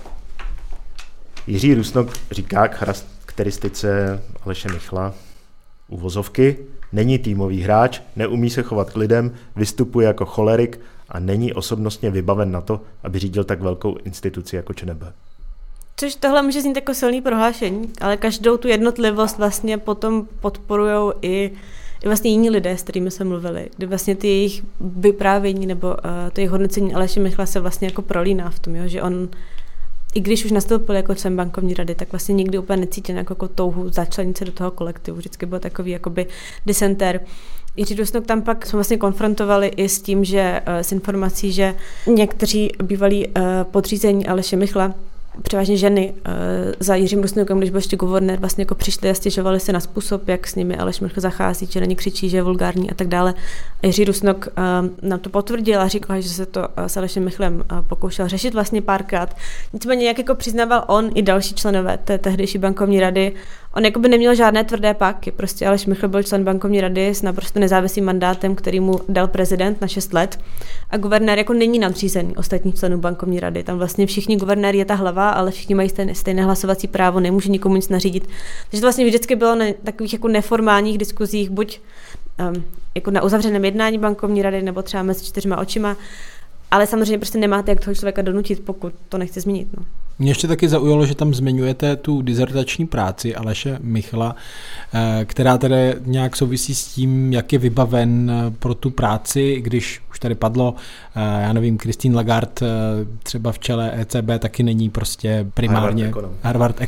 Jiří Rusnok říká k charakteristice Aleše Michla uvozovky, není týmový hráč, neumí se chovat k lidem, vystupuje jako cholerik a není osobnostně vybaven na to, aby řídil tak velkou instituci jako ČNB. Což tohle může znít jako silný prohlášení, ale každou tu jednotlivost vlastně potom podporujou i vlastně jiní lidé, s kterými jsme mluvili, kdy vlastně ty jejich vyprávění nebo to jejich hodnocení Aleše Michla se vlastně jako prolíná v tom, jo, že on i když už nastoupil jako člen bankovní rady, tak vlastně nikdy úplně necítil jako touhu začlenit se do toho kolektivu. Vždycky byl takový jakoby disentér. Jiří Rusnok tam pak jsme vlastně konfrontovali i s tím, že s informací, že někteří bývalí podřízení Aleše Michla, převážně ženy, za Jiřím Rusnokem, když byl ještě guvernér, vlastně jako přišli a stěžovali se na způsob, jak s nimi Aleš Michl zachází, že na ně křičí, že je vulgární a tak dále. A Jiří Rusnok nám to potvrdil a říkal, že se to s Alešem Michlem pokoušel řešit vlastně párkrát. Nicméně, jak jako přiznával on i další členové té tehdejší bankovní rady, on jako by neměl žádné tvrdé páky. Prostě Aleš Michl byl člen bankovní rady s naprosto nezávislým mandátem, který mu dal prezident na 6 let. A guvernér jako není nadřízený ostatních členů bankovní rady. Tam vlastně všichni guvernér je ta hlava, ale všichni mají stejné hlasovací právo, nemůže nikomu nic nařídit. Takže to vlastně vždycky bylo na takových jako neformálních diskuzích, buď jako na uzavřeném jednání bankovní rady, nebo třeba mezi 4 očima. Ale samozřejmě prostě nemáte jak toho člověka donutit, pokud to nechce změnit. No. Mě ještě taky zaujalo, že tam zmiňujete tu dizertační práci Aleše Michla, která tedy nějak souvisí s tím, jak je vybaven pro tu práci, když už tady padlo, já nevím, Christine Lagarde třeba v čele ECB taky není prostě primárně Harvard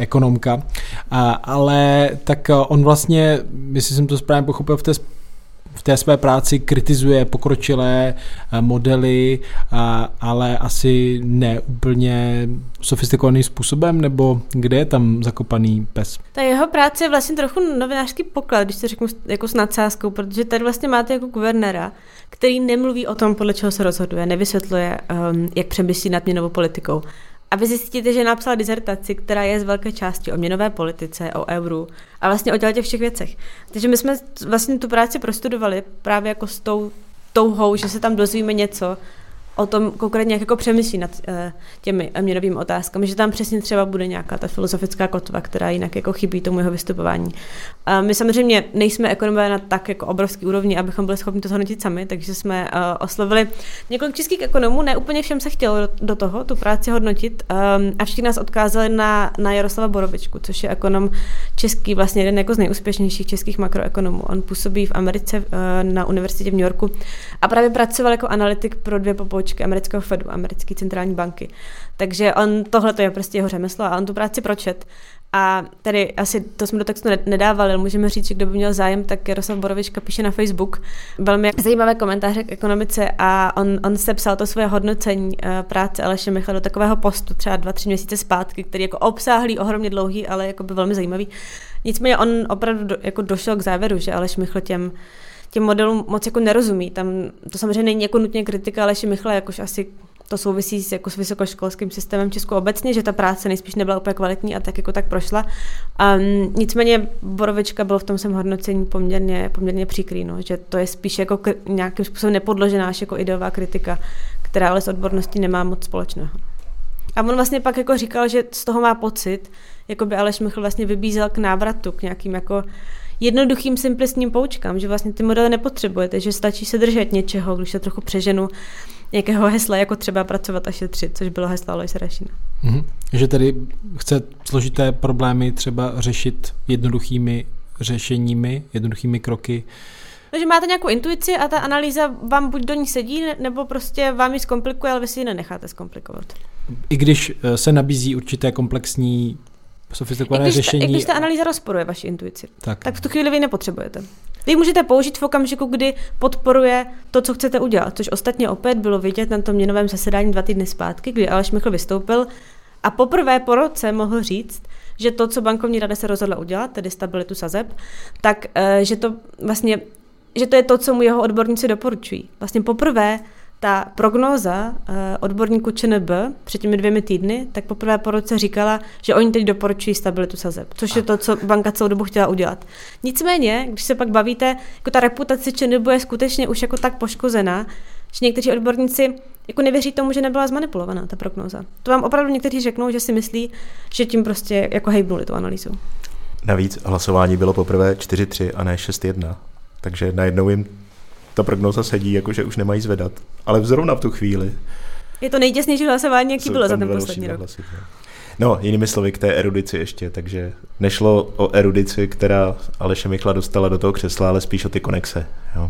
ekonomka, ale tak on vlastně, jestli jsem to správně pochopil, v té své práci kritizuje pokročilé modely, ale asi ne úplně sofistikovaným způsobem, nebo kde je tam zakopaný pes? Ta jeho práce je vlastně trochu novinářský poklad, když to řeknu jako s nadsázkou, protože tady vlastně máte jako guvernéra, který nemluví o tom, podle čeho se rozhoduje, nevysvětluje, jak přemýšlí nad měnovou politikou. A vy zjistíte, že napsala dizertaci, která je z velké části o měnové politice, o euru a vlastně o těch všech věcech. Takže my jsme vlastně tu práci prostudovali právě jako s tou touhou, že se tam dozvíme něco o tom konkrétně, jak jako přemýšlí nad těmi měnovými otázkami, že tam přesně třeba bude nějaká ta filozofická kotva, která jinak jako chybí tomu jeho vystupování. My samozřejmě nejsme ekonomové na tak jako obrovský úrovni, abychom byli schopni to zhodnotit sami, takže jsme oslovili několik českých ekonomů, ne úplně všem se chtělo do toho tu práci hodnotit a všichni nás odkázali na Jaroslava Borovičku, což je ekonom český, vlastně jeden jako z nejúspěšnějších českých makroekonomů. On působí v Americe na univerzitě v New Yorku a právě pracoval jako analytik pro 2 pobočky amerického Fedu, americké centrální banky. Takže on tohle je prostě jeho řemeslo a on tu práci pročet. A tady asi to jsme do textu nedávali, ale můžeme říct, že kdo by měl zájem, tak Jaroslav Borovička píše na Facebook velmi zajímavé komentáře k ekonomice a on sepsal to svoje hodnocení práce Aleše Michla do takového postu třeba 2-3 měsíce zpátky, který jako obsáhlý, ohromně dlouhý, ale jako by velmi zajímavý. Nicméně on opravdu jako došel k závěru, že Aleš Michl těm modelům moc jako nerozumí. Tam to samozřejmě není jako nutně kritika Aleše Michla, jakož asi to souvisí s vysokoškolským systémem Česku obecně, že ta práce nejspíš nebyla úplně kvalitní a tak jako tak prošla. Nicméně Borovička byl v tom svém hodnocení poměrně příkrý, no, že to je spíš jako nějakým způsobem nepodložená až jako ideová kritika, která ale s odborností nemá moc společného. A on vlastně pak jako říkal, že z toho má pocit, jako by Aleš Michl vlastně vybízel k návratu, k nějakým jako jednoduchým simplistním poučkám, že vlastně ty modely nepotřebujete, že stačí se držet něčeho, když se trochu přeženu, nějakého hesla, jako třeba pracovat a šetřit, což bylo heslo Aloise Rašína. Že tedy chce složité problémy třeba řešit jednoduchými řešeními, jednoduchými kroky. Takže máte nějakou intuici a ta analýza vám buď do ní sedí, nebo prostě vám ji zkomplikuje, ale vy si ji nenecháte zkomplikovat. I když se nabízí určité komplexní sofistikované řešení. I když ta analýza rozporuje vaši intuici, tak v tu chvíli vy nepotřebujete. Vy můžete použít v okamžiku, kdy podporuje to, co chcete udělat, což ostatně opět bylo vidět na tom měnovém zasedání 2 týdny zpátky, kdy Aleš Michl vystoupil a poprvé po roce mohl říct, že to, co bankovní rada se rozhodla udělat, tedy stabilitu sazeb, tak že to je to, co mu jeho odborníci doporučují. Vlastně poprvé ta prognóza odborníků ČNB před těmi 2 týdny, tak poprvé po roce říkala, že oni teď doporučují stabilitu sazeb, což je to, co banka celou dobu chtěla udělat. Nicméně, když se pak bavíte, jako ta reputace ČNB je skutečně už jako tak poškozená, že někteří odborníci jako nevěří tomu, že nebyla zmanipulovaná ta prognóza. To vám opravdu někteří řeknou, že si myslí, že tím prostě jako hejbnuli tu analýzu. Navíc hlasování bylo poprvé 4-3 a ne 6-1, takže najednou jim ta prognóza sedí, jakože už nemají zvedat. Ale zrovna v tu chvíli. Je to nejtěsnější hlasování, jaký bylo za ten poslední rok. Hlasy, no, jinými slovy k té erudici ještě, takže nešlo o erudici, která Aleše Michla dostala do toho křesla, ale spíš o ty konexe. Jo.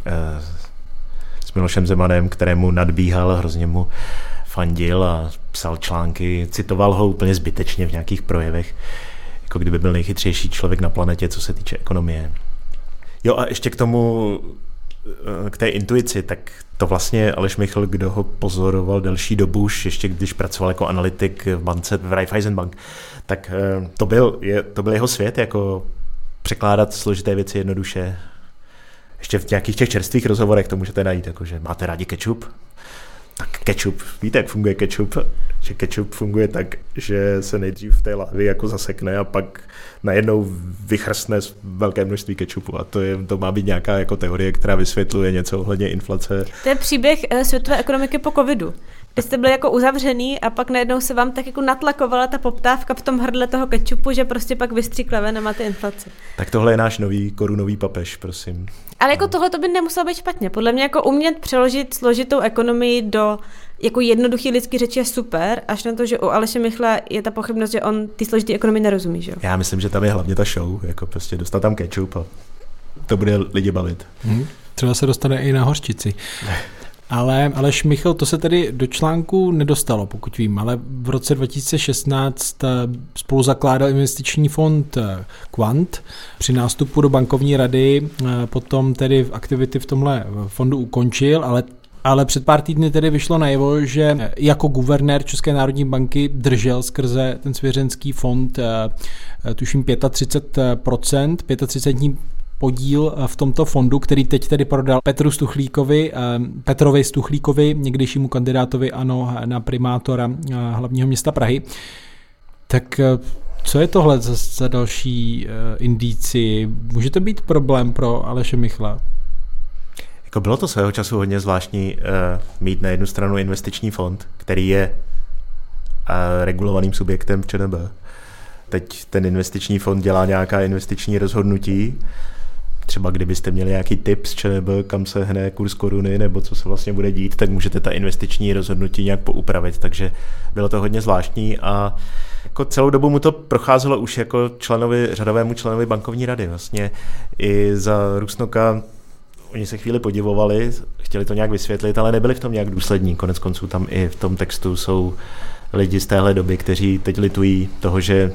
S Milošem Zemanem, kterému nadbíhal, hrozně mu fandil a psal články, citoval ho úplně zbytečně v nějakých projevech, jako kdyby byl nejchytřejší člověk na planetě, co se týče ekonomie. Jo a ještě k té intuici, tak to vlastně Aleš Michl, kdo ho pozoroval delší dobu, už ještě když pracoval jako analytik v bance, v Raiffeisenbank, tak to byl jeho svět, jako překládat složité věci jednoduše. Ještě v nějakých těch čerstvých rozhovorech to můžete najít, jakože máte rádi kečup? Tak kečup, víte, jak funguje kečup? Že kečup funguje tak, že se nejdřív v té lahvi jako zasekne a pak najednou vychrstne velké množství kečupu a to má být nějaká jako teorie, která vysvětluje něco ohledně inflace. To je příběh světové ekonomiky po covidu. Vy jste byli jako uzavřený a pak najednou se vám tak jako natlakovala ta poptávka v tom hrdle toho kečupu, že prostě pak vystříkla ven a máte inflaci. Tak tohle je náš nový korunový papež, prosím. Ale jako tohle to by nemuselo být špatně. Podle mě jako umět přeložit složitou ekonomii do jako jednoduchý lidský řeči je super, až na to, že u Aleše Michla je ta pochybnost, že on ty složitý ekonomii nerozumí, že jo? Já myslím, že tam je hlavně ta show, jako prostě dostat tam kečup a to bude lidi bavit. Třeba se dostane i na hořčici. Ale Aleš Michl, to se tedy do článku nedostalo, pokud vím, ale v roce 2016 spolu zakládal investiční fond Quant. Při nástupu do bankovní rady potom tedy aktivity v tomhle fondu ukončil, ale před pár týdny tedy vyšlo najevo, že jako guvernér České národní banky držel skrze ten svěřenský fond tuším 35% podíl v tomto fondu, který teď tedy prodal Petrovi Stuchlíkovi, někdejšímu kandidátovi ANO na primátora hlavního města Prahy. Tak co je tohle za další indici? Může to být problém pro Aleše Michla? Jako bylo to svého času hodně zvláštní mít na jednu stranu investiční fond, který je regulovaným subjektem ČNB. Teď ten investiční fond dělá nějaká investiční rozhodnutí. Třeba kdybyste měli nějaký tip z ČNB, kam se hne kurz koruny nebo co se vlastně bude dít, tak můžete ta investiční rozhodnutí nějak poupravit. Takže bylo to hodně zvláštní a jako celou dobu mu to procházelo už jako řadovému členovi bankovní rady. Vlastně i za Rusnoka oni se chvíli podivovali, chtěli to nějak vysvětlit, ale nebyli v tom nějak důslední. Konec konců tam i v tom textu jsou lidi z téhle doby, kteří teď litují toho, že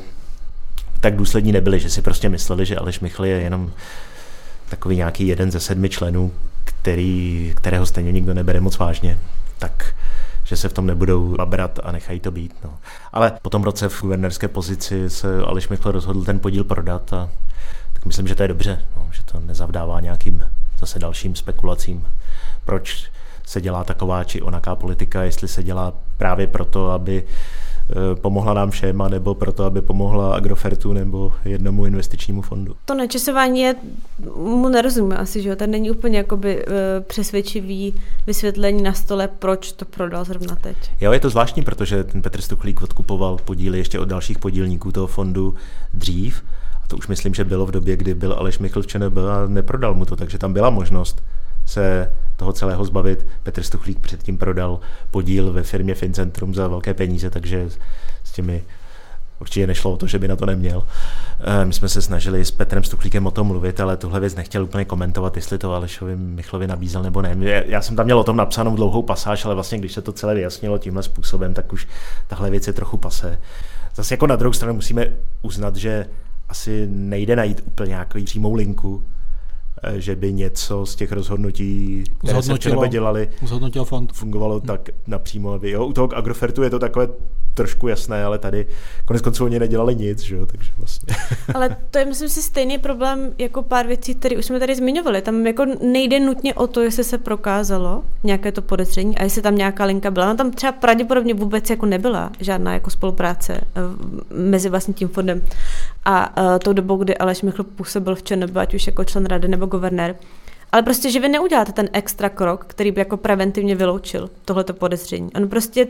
tak důslední nebyli, že si prostě mysleli, že Aleš Michl je jenom takový nějaký jeden ze 7 členů, kterého stejně nikdo nebere moc vážně, tak že se v tom nebudou babrat a nechají to být. No. Ale po tom roce v guvernérské pozici se Aleš Michl rozhodl ten podíl prodat a tak myslím, že to je dobře, no, že to nezavdává nějakým zase dalším spekulacím, proč se dělá taková či onaká politika, jestli se dělá právě proto, aby pomohla nám všem, nebo proto, aby pomohla Agrofertu nebo jednomu investičnímu fondu. To načasování mu nerozumím asi, že jo? Tady není úplně jakoby přesvědčivý vysvětlení na stole, proč to prodal zrovna teď. Jo, je to zvláštní, protože ten Petr Stuchlík odkupoval podíly ještě od dalších podílníků toho fondu dřív. A to už myslím, že bylo v době, kdy byl Aleš Michl v ČNB a neprodal mu to, takže tam byla možnost se toho celého zbavit. Petr Stuchlík předtím prodal podíl ve firmě Fincentrum za velké peníze, takže s těmi určitě nešlo o to, že by na to neměl. My jsme se snažili s Petrem Stuchlíkem o tom mluvit, ale tuhle věc nechtěl úplně komentovat, jestli to Alešovi Michlovi nabízel nebo ne. Já jsem tam měl o tom napsanou dlouhou pasáž, ale vlastně když se to celé vyjasnilo tímhle způsobem, tak už tahle věc je trochu pasé. Zase jako na druhou stranu musíme uznat, že asi nejde najít úplně nějakou přímou linku, že by něco z těch rozhodnutí, které se ČNB dělali, fungovalo tak napřímo. U toho Agrofertu je to takové trošku jasné, ale tady konec konců oni nedělali nic, že jo, takže vlastně. Ale to je, myslím si, stejný problém jako pár věcí, které už jsme tady zmiňovali. Tam jako nejde nutně o to, jestli se prokázalo nějaké to podezření a jestli tam nějaká linka byla. No tam třeba pravděpodobně vůbec jako nebyla žádná jako spolupráce mezi vlastně tím fondem a tou dobou, kdy Aleš Michl působil v ČNB, ať už jako člen rady nebo guvernér. Ale prostě, že vy neuděláte ten extra krok, který by jako preventivně vyloučil tohleto podezření. On prostě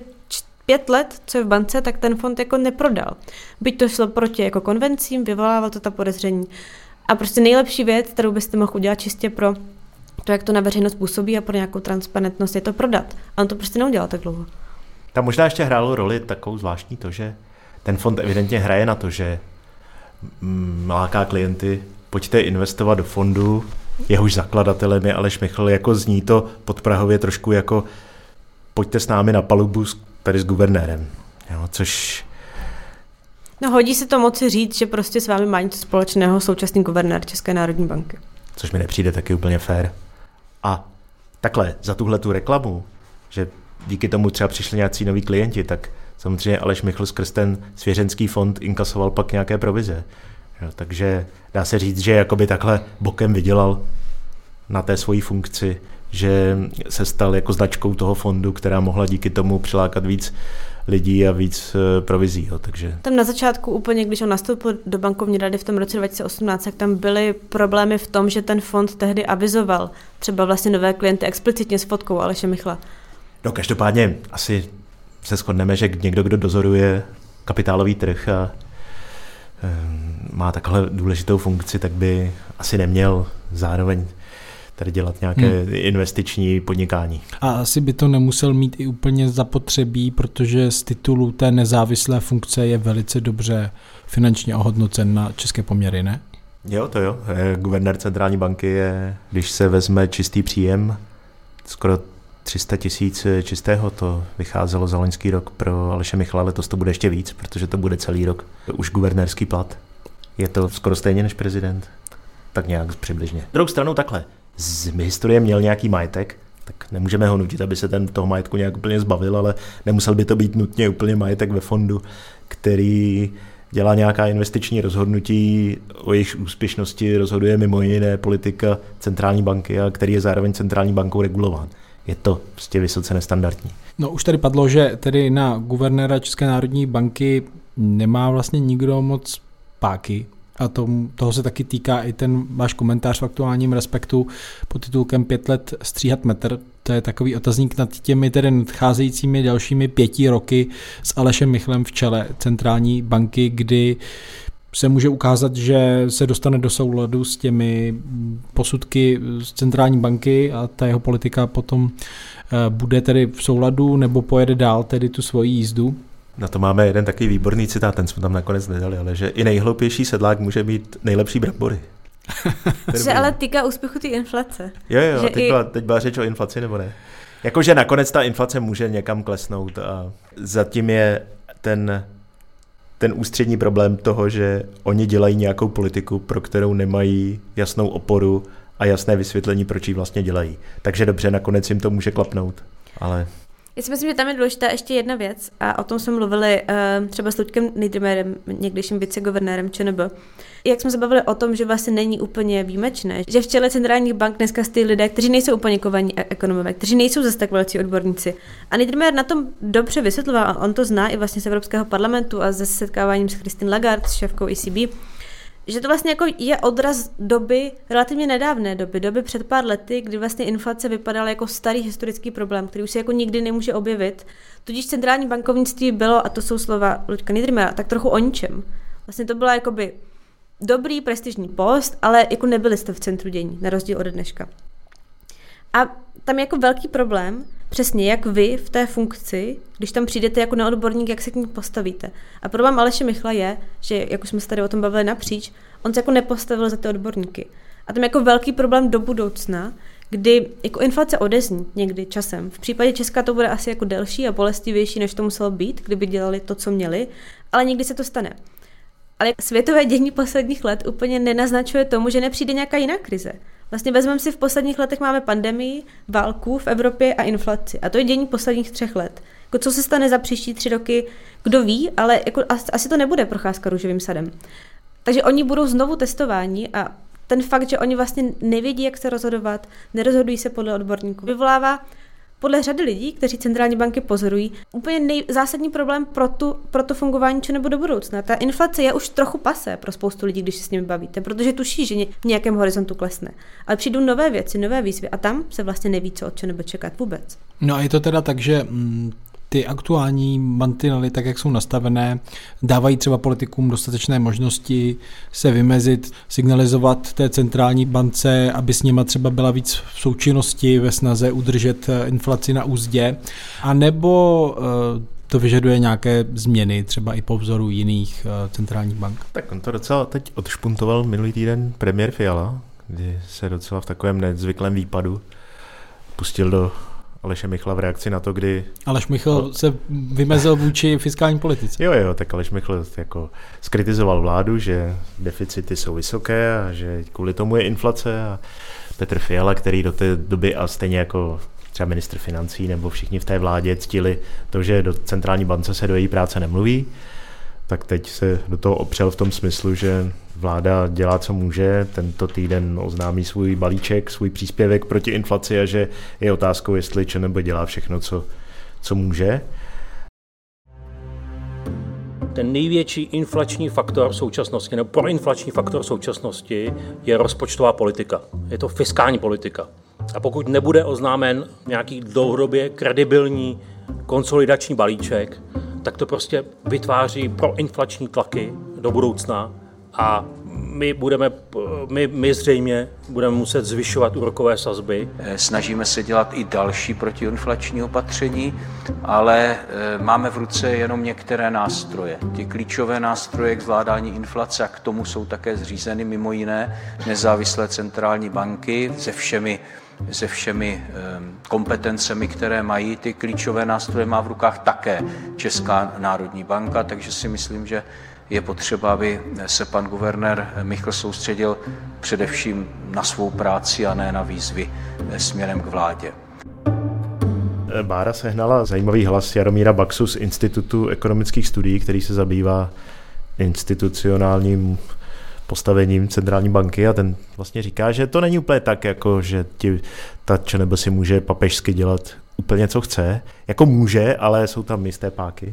5 let, co je v bance, tak ten fond jako neprodal. Byť to šlo proti jako konvencím, vyvolával to ta podezření. A prostě nejlepší věc, kterou byste mohl udělat čistě pro to, jak to na veřejnost působí a pro nějakou transparentnost, je to prodat. A on to prostě neudělal tak dlouho. Tam možná ještě hrálo roli takovou zvláštní to, že ten fond evidentně hraje na to, že láká klienty, pojďte investovat do fondu, jehož zakladatelem je Aleš Michl, jako zní to podprahově trošku jako pojďte s námi na palubu tady s guvernérem, jo, což... No hodí se to moci říct, že prostě s vámi má něco společného současný guvernér České národní banky. Což mi nepřijde taky úplně fér. A takhle, za tuhle tu reklamu, že díky tomu třeba přišli nějací noví klienti, tak samozřejmě Aleš Michl skrz ten svěřenský fond inkasoval pak nějaké provize. Jo, takže dá se říct, že jakoby takhle bokem vydělal na té svojí funkci, že se stal jako značkou toho fondu, která mohla díky tomu přilákat víc lidí a víc provizí. Jo, takže... Tam na začátku úplně, když on nastoupil do bankovní rady v tom roce 2018, tak tam byly problémy v tom, že ten fond tehdy avizoval třeba vlastně nové klienty explicitně s fotkou Aleše Michla. No každopádně asi se shodneme, že někdo, kdo dozoruje kapitálový trh a má takhle důležitou funkci, tak by asi neměl zároveň tady dělat nějaké investiční podnikání. A asi by to nemusel mít i úplně zapotřebí, protože z titulu té nezávislé funkce je velice dobře finančně ohodnocen na české poměry, ne? Jo, to jo. Guvernér centrální banky je, když se vezme čistý příjem, skoro 300 000 čistého to vycházelo za loňský rok pro Aleše Michla, letos to bude ještě víc, protože to bude celý rok už guvernérský plat. Je to skoro stejně než prezident, tak nějak přibližně. Druhou stranou takhle, z historie měl nějaký majetek, tak nemůžeme ho nutit, aby se toho majetku nějak úplně zbavil, ale nemusel by to být nutně úplně majetek ve fondu, který dělá nějaká investiční rozhodnutí, o jejich úspěšnosti rozhoduje mimo jiné politika centrální banky, a který je zároveň centrální bankou regulován. Je to prostě vysoce nestandardní. No už tady padlo, že tedy na guvernéra České národní banky nemá vlastně nikdo moc páky. A toho se taky týká i ten váš komentář v Aktuálním Respektu pod titulkem 5 let stříhat metr. To je takový otazník nad těmi tedy nadcházejícími dalšími 5 roky s Alešem Michlem v čele centrální banky, kdy se může ukázat, že se dostane do souladu s těmi posudky z centrální banky a ta jeho politika potom bude tedy v souladu nebo pojede dál tedy tu svoji jízdu. Na to máme jeden takový výborný citát, ten jsme tam nakonec nedali, ale že i nejhloupější sedlák může mít nejlepší brambory. Se ale týká úspěchu té inflace. Jo, teď byla řeč o inflaci, nebo ne? Jakože nakonec ta inflace může někam klesnout a zatím je ten ústřední problém toho, že oni dělají nějakou politiku, pro kterou nemají jasnou oporu a jasné vysvětlení, proč ji vlastně dělají. Takže dobře, nakonec jim to může klapnout, ale... Já si myslím, že tam je důležitá ještě jedna věc a o tom jsme mluvili třeba s Luďkem Niedermayerem, někdejším viceguvernérem ČNB. Jak jsme se bavili o tom, že vlastně není úplně výjimečné, že v čele centrálních bank dneska stojí lidé, kteří nejsou úplně kovaní ekonomové, kteří nejsou zase tak velcí odborníci. A Niedermayer na tom dobře vysvětloval, a on to zná i vlastně z Evropského parlamentu a se setkáváním s Christine Lagarde, s šéfkou ECB, že to vlastně jako je odraz doby, relativně nedávné doby před pár lety, kdy vlastně inflace vypadala jako starý historický problém, který už se jako nikdy nemůže objevit. Tudíž centrální bankovnictví bylo, a to jsou slova Luďka Niedermayera, tak trochu o ničem. Vlastně to byla jakoby dobrý prestižní post, ale jako nebyli jste v centru dění, na rozdíl od dneška. A tam je jako velký problém, přesně jak vy v té funkci, když tam přijdete jako neodborník, jak se k ní postavíte. A problém Aleše Michla je, že jak už jsme se tady o tom bavili napříč, on se jako nepostavil za ty odborníky. A tam je jako velký problém do budoucna, kdy jako inflace odezní někdy časem. V případě Česka to bude asi jako delší a bolestivější, než to muselo být, kdyby dělali to, co měli, ale někdy se to stane. Ale světové dění posledních let úplně nenaznačuje tomu, že nepřijde nějaká jiná krize. Vlastně vezmeme si, v posledních letech máme pandemii, válku v Evropě a inflaci. A to je dění posledních 3 let. Jako co se stane za příští 3 roky, kdo ví, ale jako asi to nebude procházka růžovým sadem. Takže oni budou znovu testováni a ten fakt, že oni vlastně nevědí, jak se rozhodovat, nerozhodují se podle odborníků, vyvolává podle řady lidí, kteří centrální banky pozorují, úplně zásadní problém pro to fungování ČNB do budoucna. Ta inflace je už trochu pasé pro spoustu lidí, když se s nimi bavíte, protože tuší, že v nějakém horizontu klesne. Ale přijdou nové věci, nové výzvy a tam se vlastně neví, co od ČNB čekat vůbec. No a je to teda tak, že ty aktuální mantinely, tak jak jsou nastavené, dávají třeba politikům dostatečné možnosti se vymezit, signalizovat té centrální bance, aby s nima třeba byla víc v součinnosti ve snaze udržet inflaci na uzdě, anebo to vyžaduje nějaké změny, třeba i po vzoru jiných centrálních bank. Tak on to docela teď odšpuntoval minulý týden premiér Fiala, kdy se docela v takovém nezvyklém výpadu pustil do Aleše Michla v reakci na to, kdy... Aleš Michl se vymezil vůči fiskální politice. Jo, tak Aleš Michl jako skritizoval vládu, že deficity jsou vysoké a že kvůli tomu je inflace a Petr Fiala, který do té doby a stejně jako třeba ministr financí nebo všichni v té vládě ctili to, že do centrální bance se do její práce nemluví, tak teď se do toho opřel v tom smyslu, že vláda dělá, co může, tento týden oznámí svůj balíček, svůj příspěvek proti inflaci a že je otázkou, jestli ČNB dělá všechno, co může. Ten největší inflační faktor současnosti, nebo proinflační faktor současnosti je rozpočtová politika. Je to fiskální politika. A pokud nebude oznámen nějaký dlouhodobě kredibilní konsolidační balíček, tak to prostě vytváří proinflační tlaky do budoucna a my zřejmě budeme muset zvyšovat úrokové sazby. Snažíme se dělat i další protiinflační opatření, ale máme v ruce jenom některé nástroje. Ty klíčové nástroje k zvládání inflace a k tomu jsou také zřízeny mimo jiné nezávislé centrální banky se všemi se všemi kompetencemi, které mají. Ty klíčové nástroje má v rukách také Česká národní banka, takže si myslím, že je potřeba, aby se pan guvernér Michl soustředil především na svou práci a ne na výzvy směrem k vládě. Bára sehnala zajímavý hlas Jaromíra Baxu z Institutu ekonomických studií, který se zabývá institucionálním postavením centrální banky, a ten vlastně říká, že to není úplně tak, jako že ta ČNB si může papežsky dělat úplně co chce. Jako může, ale jsou tam jisté páky.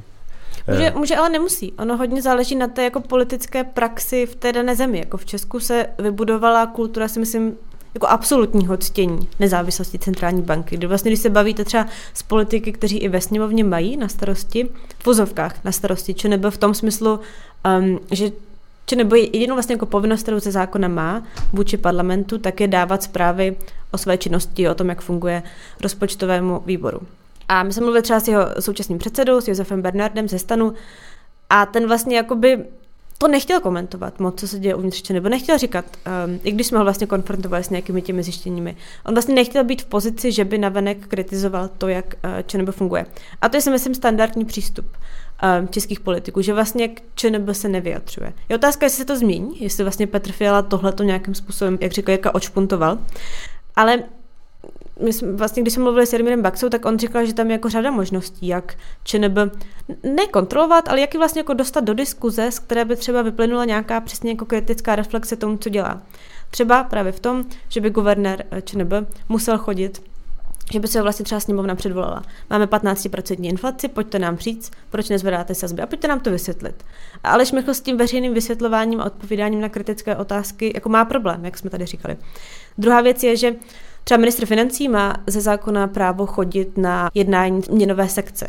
Může, ale nemusí. Ono hodně záleží na té jako politické praxi v té dané zemi. Jako v Česku se vybudovala kultura, si myslím, jako absolutního ctění nezávislosti centrální banky. Když se bavíte třeba s politiky, kteří i ve sněmovně mají na starosti, v vozovkách na starosti, či nebo v tom smyslu, že či nebo jedinou vlastně jako povinnost, kterou ze zákona má vůči parlamentu, tak je dávat zprávy o své činnosti, o tom, jak funguje rozpočtovému výboru. A my jsme mluvili třeba s jeho současným předsedou, s Josefem Bernardem ze STANu, a ten vlastně jakoby to nechtěl komentovat moc, co se děje uvnitř ČNB, nechtěl říkat, i když jsme ho vlastně konfrontovali s nějakými těmi zjištěními. On vlastně nechtěl být v pozici, že by navenek kritizoval to, jak ČNB funguje. A to je, si myslím, standardní přístup českých politiků, že vlastně k ČNB se nevyjadřuje. Je otázka, jestli se to změní, jestli vlastně Petr Fiala tohleto nějakým způsobem, jak říkal, Jirka, odšpuntoval. Ale my jsme, vlastně, když jsme mluvili s Jaromírem Baxou, tak on říkal, že tam je jako řada možností, jak ČNB nekontrolovat, ale jak ji vlastně jako dostat do diskuze, z které by třeba vyplynula nějaká přesně jako kritická reflexe tomu, co dělá. Třeba právě v tom, že by guvernér ČNB musel chodit, že by se ho vlastně třeba sněmovna předvolala. Máme 15% inflaci, pojďte nám říct, proč nezvedáte sazby a pojďte nám to vysvětlit. A Aleš Michl s tím veřejným vysvětlováním a odpovídáním na kritické otázky jako má problém, jak jsme tady říkali. Druhá věc je, že třeba ministr financí má ze zákona právo chodit na jednání měnové sekce.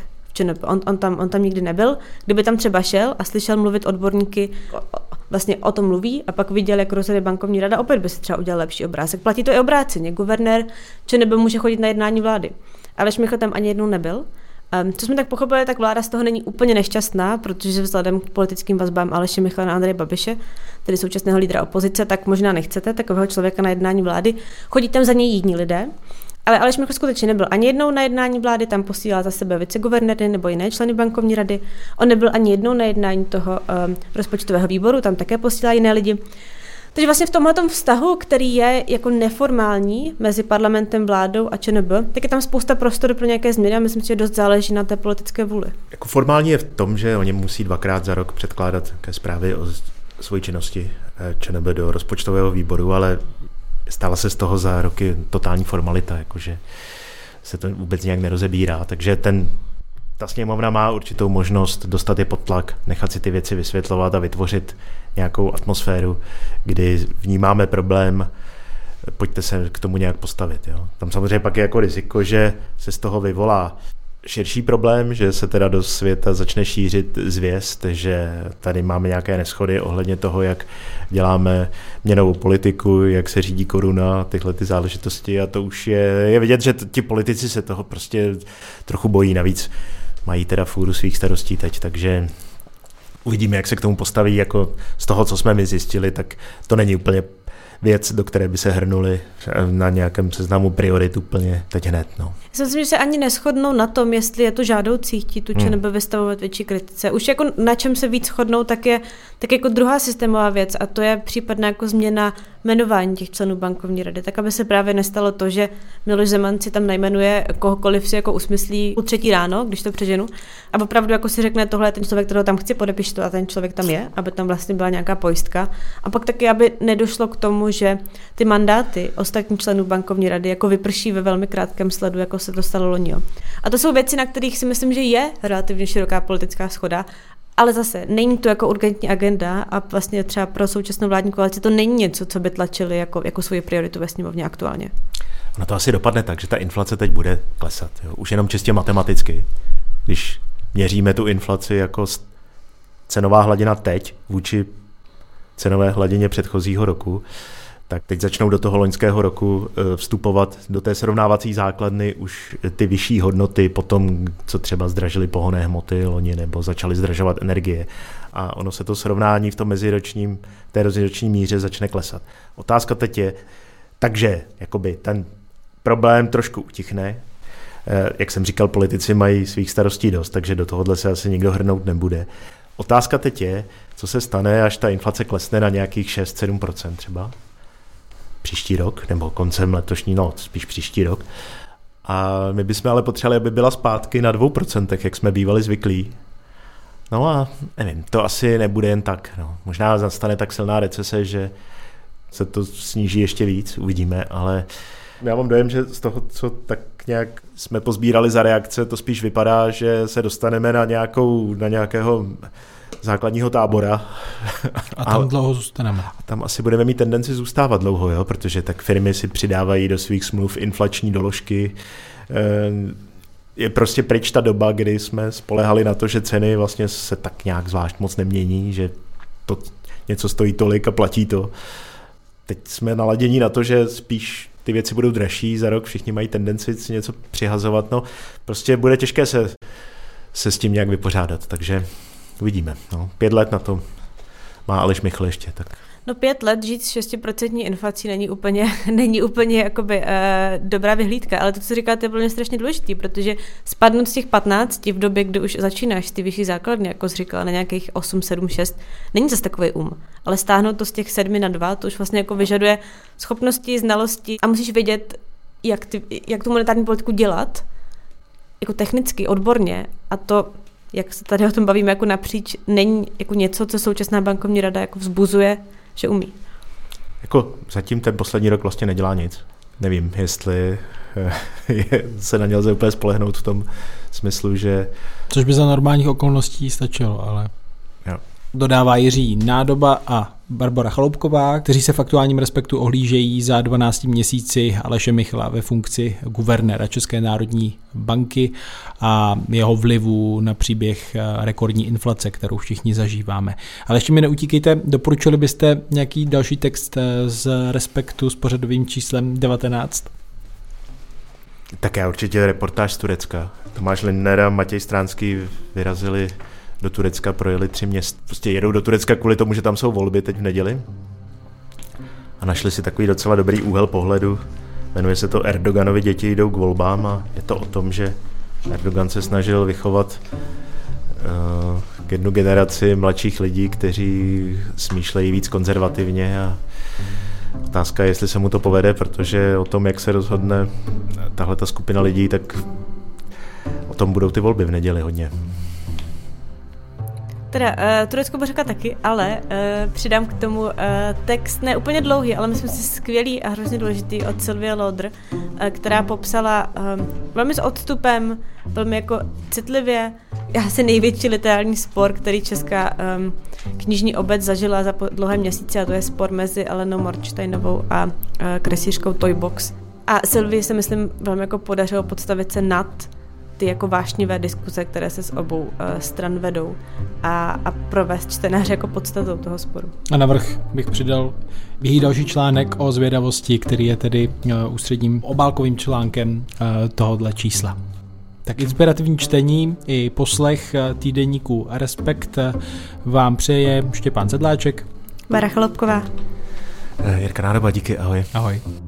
On tam nikdy nebyl. Kdyby tam třeba šel a slyšel mluvit odborníky, vlastně o tom mluví, a pak viděl, jak rozhoduje bankovní rada, opět by si třeba udělal lepší obrázek. Platí to i obráceně. Guvernér ČNB může chodit na jednání vlády. Aleš Michl tam ani jednou nebyl. Co jsme tak pochopili, tak vláda z toho není úplně nešťastná, protože vzhledem k politickým vazbám Aleše Michla a Andreje Babiše, tedy současného lídra opozice, tak možná nechcete takového člověka na jednání vlády. Chodí tam za něj jiní lidé. Ale Aleš Michl skutečně nebyl ani jednou na jednání vlády, tam posílal za sebe viceguvernéry nebo jiné členy bankovní rady. On nebyl ani jednou na jednání toho rozpočtového výboru, tam také posílá jiné lidi. Takže vlastně v tomhletom vztahu, který je jako neformální mezi parlamentem, vládou a ČNB, tak je tam spousta prostoru pro nějaké změny a myslím si, že dost záleží na té politické vůli. Jako formální je v tom, že oni musí 2krát za rok předkládat ke zprávy o své činnosti ČNB do rozpočtového výboru, ale stala se z toho za roky totální formalita, jakože se to vůbec nějak nerozebírá, takže ta sněmovna má určitou možnost dostat je pod tlak, nechat si ty věci vysvětlovat a vytvořit nějakou atmosféru, kdy vnímáme problém, pojďte se k tomu nějak postavit. Jo. Tam samozřejmě pak je jako riziko, že se z toho vyvolá širší problém, že se teda do světa začne šířit zvěst, že tady máme nějaké neshody ohledně toho, jak děláme měnovou politiku, jak se řídí koruna, tyhle ty záležitosti, a to už je vidět, že ti politici se toho prostě trochu bojí, navíc mají teda fůru svých starostí teď, takže uvidíme, jak se k tomu postaví. Jako z toho, co jsme my zjistili, tak to není úplně věc, do které by se hrnuli na nějakém seznamu priorit úplně teď hned. No. Já si myslím, že se ani neshodnou na tom, jestli je to žádoucí chtít tu ČNB vystavovat větší kritice. Už jako na čem se víc shodnou, tak jako druhá systémová věc, a to je případná jako změna jmenování těch členů bankovní rady, tak aby se právě nestalo to, že Miloš Zeman si tam najmenuje kohokoliv si jako usmyslí u 3 ráno, když to přeženu, a opravdu jako si řekne, tohle je ten člověk, kterého tam chci, podepiš to, a ten člověk tam je, aby tam vlastně byla nějaká pojistka. A pak taky, aby nedošlo k tomu, že ty mandáty ostatních členů bankovní rady jako vyprší ve velmi krátkém sledu, jako se to stalo loni. A to jsou věci, na kterých si myslím, že je relativně široká politická shoda. Ale zase, není to jako urgentní agenda a vlastně třeba pro současnou vládní koalici to není něco, co by tlačili jako svoji prioritu ve sněmovně aktuálně. Ono to asi dopadne tak, že ta inflace teď bude klesat. Jo? Už jenom čistě matematicky. Když měříme tu inflaci jako cenová hladina teď vůči cenové hladině předchozího roku, tak teď začnou do toho loňského roku vstupovat do té srovnávací základny už ty vyšší hodnoty po tom, co třeba zdražily pohonné hmoty loni nebo začaly zdražovat energie. A ono se to srovnání v tom meziroční míře začne klesat. Otázka teď je, takže jakoby ten problém trošku utichne. Jak jsem říkal, politici mají svých starostí dost, takže do tohohle se asi nikdo hrnout nebude. Otázka teď je, co se stane, až ta inflace klesne na nějakých 6-7% třeba příští rok, nebo koncem letošní, spíš příští rok. A my bychom ale potřebovali, aby byla zpátky na 2%, jak jsme bývali zvyklí. No a nevím, to asi nebude jen tak. No. Možná nastane tak silná recese, že se to sníží ještě víc, uvidíme, ale já mám dojem, že z toho, co tak nějak jsme pozbírali za reakce, to spíš vypadá, že se dostaneme na nějakého základního tábora. A tam dlouho zůstaneme. A tam asi budeme mít tendenci zůstávat dlouho, jo? Protože tak firmy si přidávají do svých smluv inflační doložky. Je prostě pryč ta doba, kdy jsme spolehali na to, že ceny vlastně se tak nějak zvlášť moc nemění, že to něco stojí tolik a platí to. Teď jsme naladění na to, že spíš ty věci budou dražší, za rok všichni mají tendenci si něco přihazovat. No, prostě bude těžké se s tím nějak vypořádat, takže uvidíme. 5 let na to má Aleš Michl ještě. Tak. 5 let žít s 6% inflací není úplně jakoby, dobrá vyhlídka, ale to, co říkáte, je pro mě strašně důležitý, protože spadnout z těch 15 v době, kdy už začínáš ty vyšší základny, jako jsi říkala, na nějakých 8, 7, 6, není zase takový ale stáhnout to z těch 7 na 2, to už vlastně jako vyžaduje schopnosti, znalosti a musíš vědět, jak tu monetární politiku dělat, jako technicky, odborně, a to, jak se tady o tom bavíme jako napříč, není jako něco, co současná bankovní rada jako vzbuzuje, že umí. Jako zatím ten poslední rok vlastně nedělá nic. Nevím, jestli se na něj lze úplně spolehnout v tom smyslu, že... Což by za normálních okolností stačilo, ale... Jo. Dodává Jiří Nádoba a Barbora Chaloupková, kteří se v aktuálním Respektu ohlížejí za 12 měsíci Aleše Michla ve funkci guvernéra České národní banky a jeho vlivu na příběh rekordní inflace, kterou všichni zažíváme. Ale ještě mi neutíkejte, doporučili byste nějaký další text z Respektu s pořadovým číslem 19? Tak já určitě reportáž z Turecka. Tomáš Lindner a Matěj Stránský vyrazili do Turecka, projeli 3 města. Prostě jedou do Turecka kvůli tomu, že tam jsou volby teď v neděli. A našli si takový docela dobrý úhel pohledu. Jmenuje se to Erdoganovi děti jdou k volbám a je to o tom, že Erdogan se snažil vychovat jednu generaci mladších lidí, kteří smýšlejí víc konzervativně a otázka je, jestli se mu to povede, protože o tom, jak se rozhodne tahleta skupina lidí, tak o tom budou ty volby v neděli hodně. Teda Turecko bych řekla taky, ale přidám k tomu text ne úplně dlouhý, ale myslím si skvělý a hrozně důležitý od Sylvie Lauder, která popsala velmi s odstupem, velmi jako citlivě, asi největší literární spor, který česká knižní obec zažila za dlouhé měsíce, a to je spor mezi Alenou Morčtajnovou a kresířkou Toybox. A Sylvie se, myslím, velmi jako podařilo podstavit se nad ty jako vášnivé diskuze, které se s obou stran vedou a provést čtenáře jako podstatou toho sporu. A navrch bych přidal její další článek o zvědavosti, který je tedy ústředním obálkovým článkem tohohle čísla. Tak inspirativní čtení i poslech týdeníku Respekt vám přeje Štěpán Sedláček, Bára Chaloupková, Jirka Nádoba, díky, ahoj. Ahoj.